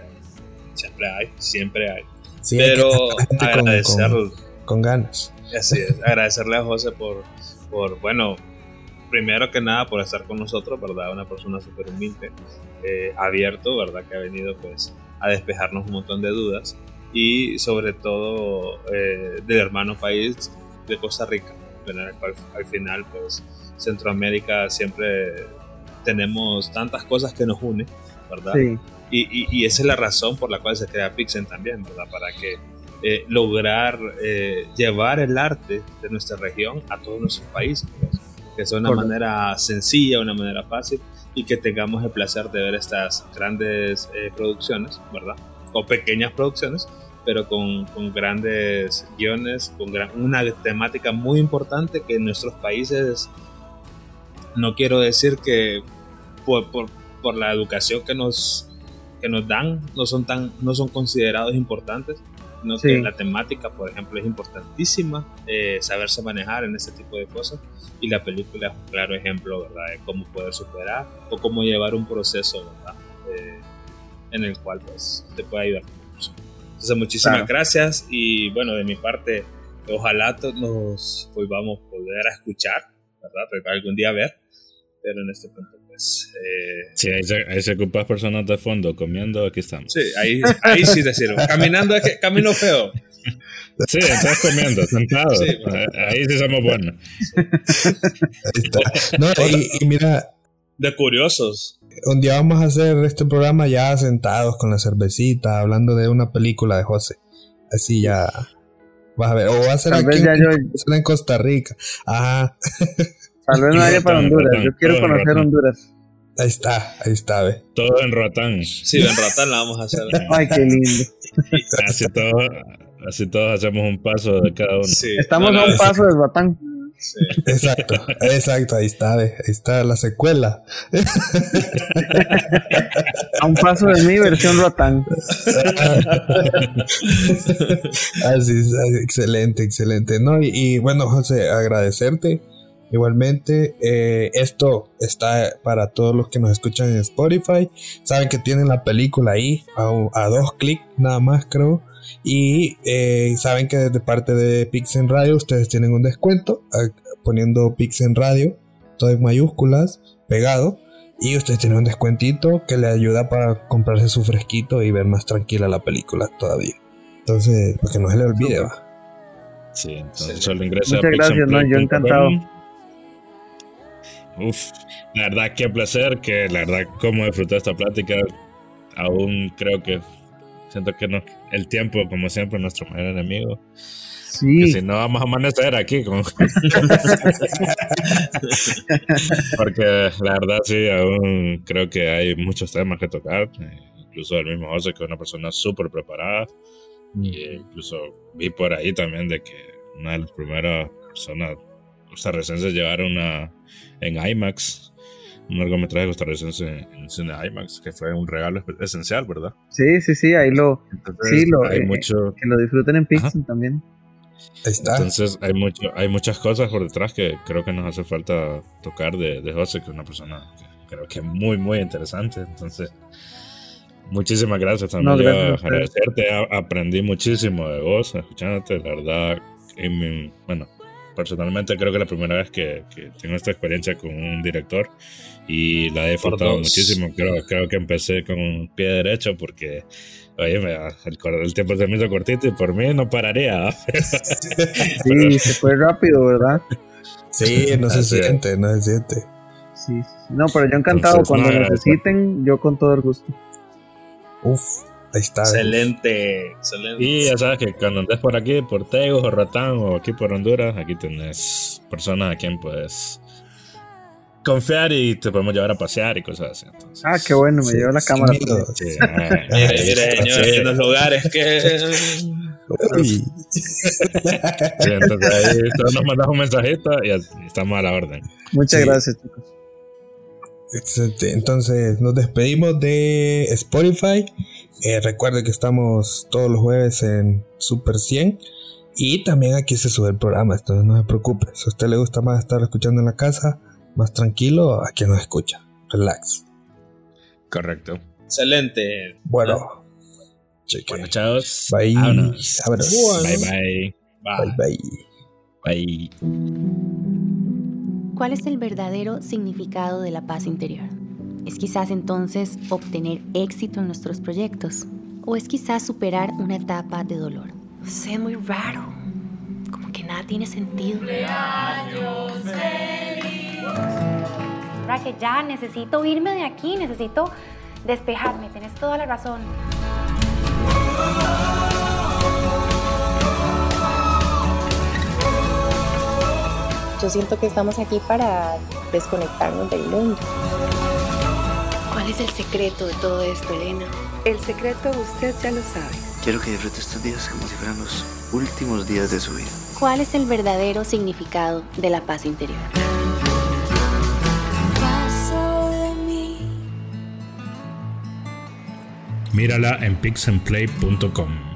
Speaker 2: siempre hay. Sí, pero agradecer
Speaker 1: con ganas.
Speaker 2: Así es, agradecerle a José por bueno, primero que nada por estar con nosotros, ¿verdad? Una persona súper humilde, abierto, ¿verdad? Que ha venido pues a despejarnos un montón de dudas y sobre todo del hermano país de Costa Rica, en el cual al final pues Centroamérica siempre tenemos tantas cosas que nos unen, ¿verdad? Sí. Y esa es la razón por la cual se crea Pixen también, ¿verdad? Para que lograr llevar el arte de nuestra región a todos nuestros países, pues, que sea una manera sencilla, una manera fácil, y que tengamos el placer de ver estas grandes producciones, ¿verdad? O pequeñas producciones, pero con grandes guiones, con una temática muy importante que en nuestros países, no quiero decir que por la educación que nos dan, no son considerados importantes, sino sí, que la temática, por ejemplo, es importantísima, saberse manejar en ese tipo de cosas, y la película es un claro ejemplo, ¿verdad?, de cómo poder superar o cómo llevar un proceso, ¿verdad?, en el cual pues te puede ayudar mucho. Entonces, muchísimas gracias, y bueno, de mi parte, ojalá nos volvamos a volver a escuchar, ¿verdad?, algún día ver, pero en este punto pues
Speaker 3: sí, ahí se ocupas personas de fondo comiendo, aquí estamos.
Speaker 2: Sí, ahí sí te sirve. Caminando es que camino feo.
Speaker 3: Sí, estás comiendo, sentado. Sí, ahí sí somos buenos.
Speaker 1: Sí. Ahí está. No, y mira,
Speaker 2: de curiosos.
Speaker 1: Un día vamos a hacer este programa ya sentados con la cervecita, hablando de una película de José. Así ya vas a ver. O va a ser aquí en Costa Rica. Ajá.
Speaker 4: Tal vez no haya para Honduras. Yo quiero conocer Honduras.
Speaker 1: Ahí está, ve.
Speaker 3: Todo en Roatán.
Speaker 2: Sí, en Roatán la vamos a hacer.
Speaker 4: Ay, qué lindo.
Speaker 3: Así todos hacemos un paso de cada uno. Sí,
Speaker 4: estamos a un paso de Roatán.
Speaker 1: Sí. Exacto, ahí está la secuela.
Speaker 4: A un paso de mi versión Roatán.
Speaker 1: Así es, excelente. No, y bueno, José, agradecerte. Igualmente, esto está para todos los que nos escuchan en Spotify. Saben que tienen la película ahí a 2 clics nada más, creo. Y saben que desde parte de Pixen Radio ustedes tienen un descuento poniendo Pixen Radio, todo en mayúsculas, pegado. Y ustedes tienen un descuentito que le ayuda para comprarse su fresquito y ver más tranquila la película todavía. Entonces, para que no se le olvide, va.
Speaker 3: Sí, entonces solo ingresa
Speaker 4: a Pixen. Muchas gracias, ¿no? Yo encantado.
Speaker 3: La verdad, qué placer, que la verdad, cómo disfruté esta plática. Aún creo que Siento que no, el tiempo, como siempre, es nuestro mayor enemigo.
Speaker 4: Sí.
Speaker 3: Que si no, vamos a amanecer aquí. Porque la verdad sí, aún creo que hay muchos temas que tocar. Incluso el mismo José, que es una persona súper preparada. Y incluso vi por ahí también de que una de las primeras personas costarricenses llevaron en IMAX, un largometraje costarricense en cine IMAX, que fue un regalo esencial, ¿verdad?
Speaker 4: Sí, ahí
Speaker 3: hay mucho,
Speaker 4: que lo disfruten en Pixel también.
Speaker 1: Ahí está.
Speaker 3: Entonces hay muchas cosas por detrás que creo que nos hace falta tocar de José, que es una persona que creo que es muy, muy interesante. Entonces, muchísimas gracias también.
Speaker 4: No, gracias
Speaker 3: yo agradecerte, aprendí muchísimo de vos, escuchándote, la verdad. Bueno, personalmente creo que es la primera vez que tengo esta experiencia con un director y la he disfrutado muchísimo. Creo que empecé con un pie derecho porque, oye, el tiempo se me hizo cortito y por mí no pararía.
Speaker 4: Sí, se fue rápido, ¿verdad?
Speaker 1: Sí, no se siente.
Speaker 4: Sí. No, pero yo encantado. Entonces, cuando necesiten, yo con todo el gusto.
Speaker 1: Uf, ahí está.
Speaker 2: Excelente.
Speaker 3: Y ya sabes que cuando andes por aquí, por Tegos o Ratán o aquí por Honduras, aquí tenés personas a quien puedes confiar y te podemos llevar a pasear y cosas así. Entonces,
Speaker 4: qué bueno, me llevo la cámara.
Speaker 2: Mire, en los lugares que...
Speaker 3: Sí, entonces ahí nos mandas un mensajito y estamos a la orden.
Speaker 4: Muchas gracias, chicos.
Speaker 1: Excelente. Entonces nos despedimos de Spotify. Recuerden que estamos todos los jueves en Super 100 y también aquí se sube el programa, entonces no se preocupe. Si a usted le gusta más estar escuchando en la casa, más tranquilo, aquí nos escucha. Relax.
Speaker 3: Correcto.
Speaker 2: Excelente.
Speaker 1: Bueno,
Speaker 3: chavos.
Speaker 1: Bye.
Speaker 3: Vámonos.
Speaker 1: Bye.
Speaker 3: Bye.
Speaker 5: ¿Cuál es el verdadero significado de la paz interior? ¿Es quizás entonces obtener éxito en nuestros proyectos? ¿O es quizás superar una etapa de dolor? No sé, muy raro. Como que nada tiene sentido. ¡Cumpleaños feliz! Ahora que ya necesito irme de aquí, necesito despejarme. Tenés toda la razón.
Speaker 6: Yo siento que estamos aquí para desconectarnos del mundo.
Speaker 5: ¿Cuál es el secreto de todo esto, Elena?
Speaker 7: El secreto usted ya lo sabe.
Speaker 8: Quiero que disfrute estos días como si fueran los últimos días de su vida.
Speaker 5: ¿Cuál es el verdadero significado de la paz interior?
Speaker 3: Mírala en pixandplay.com.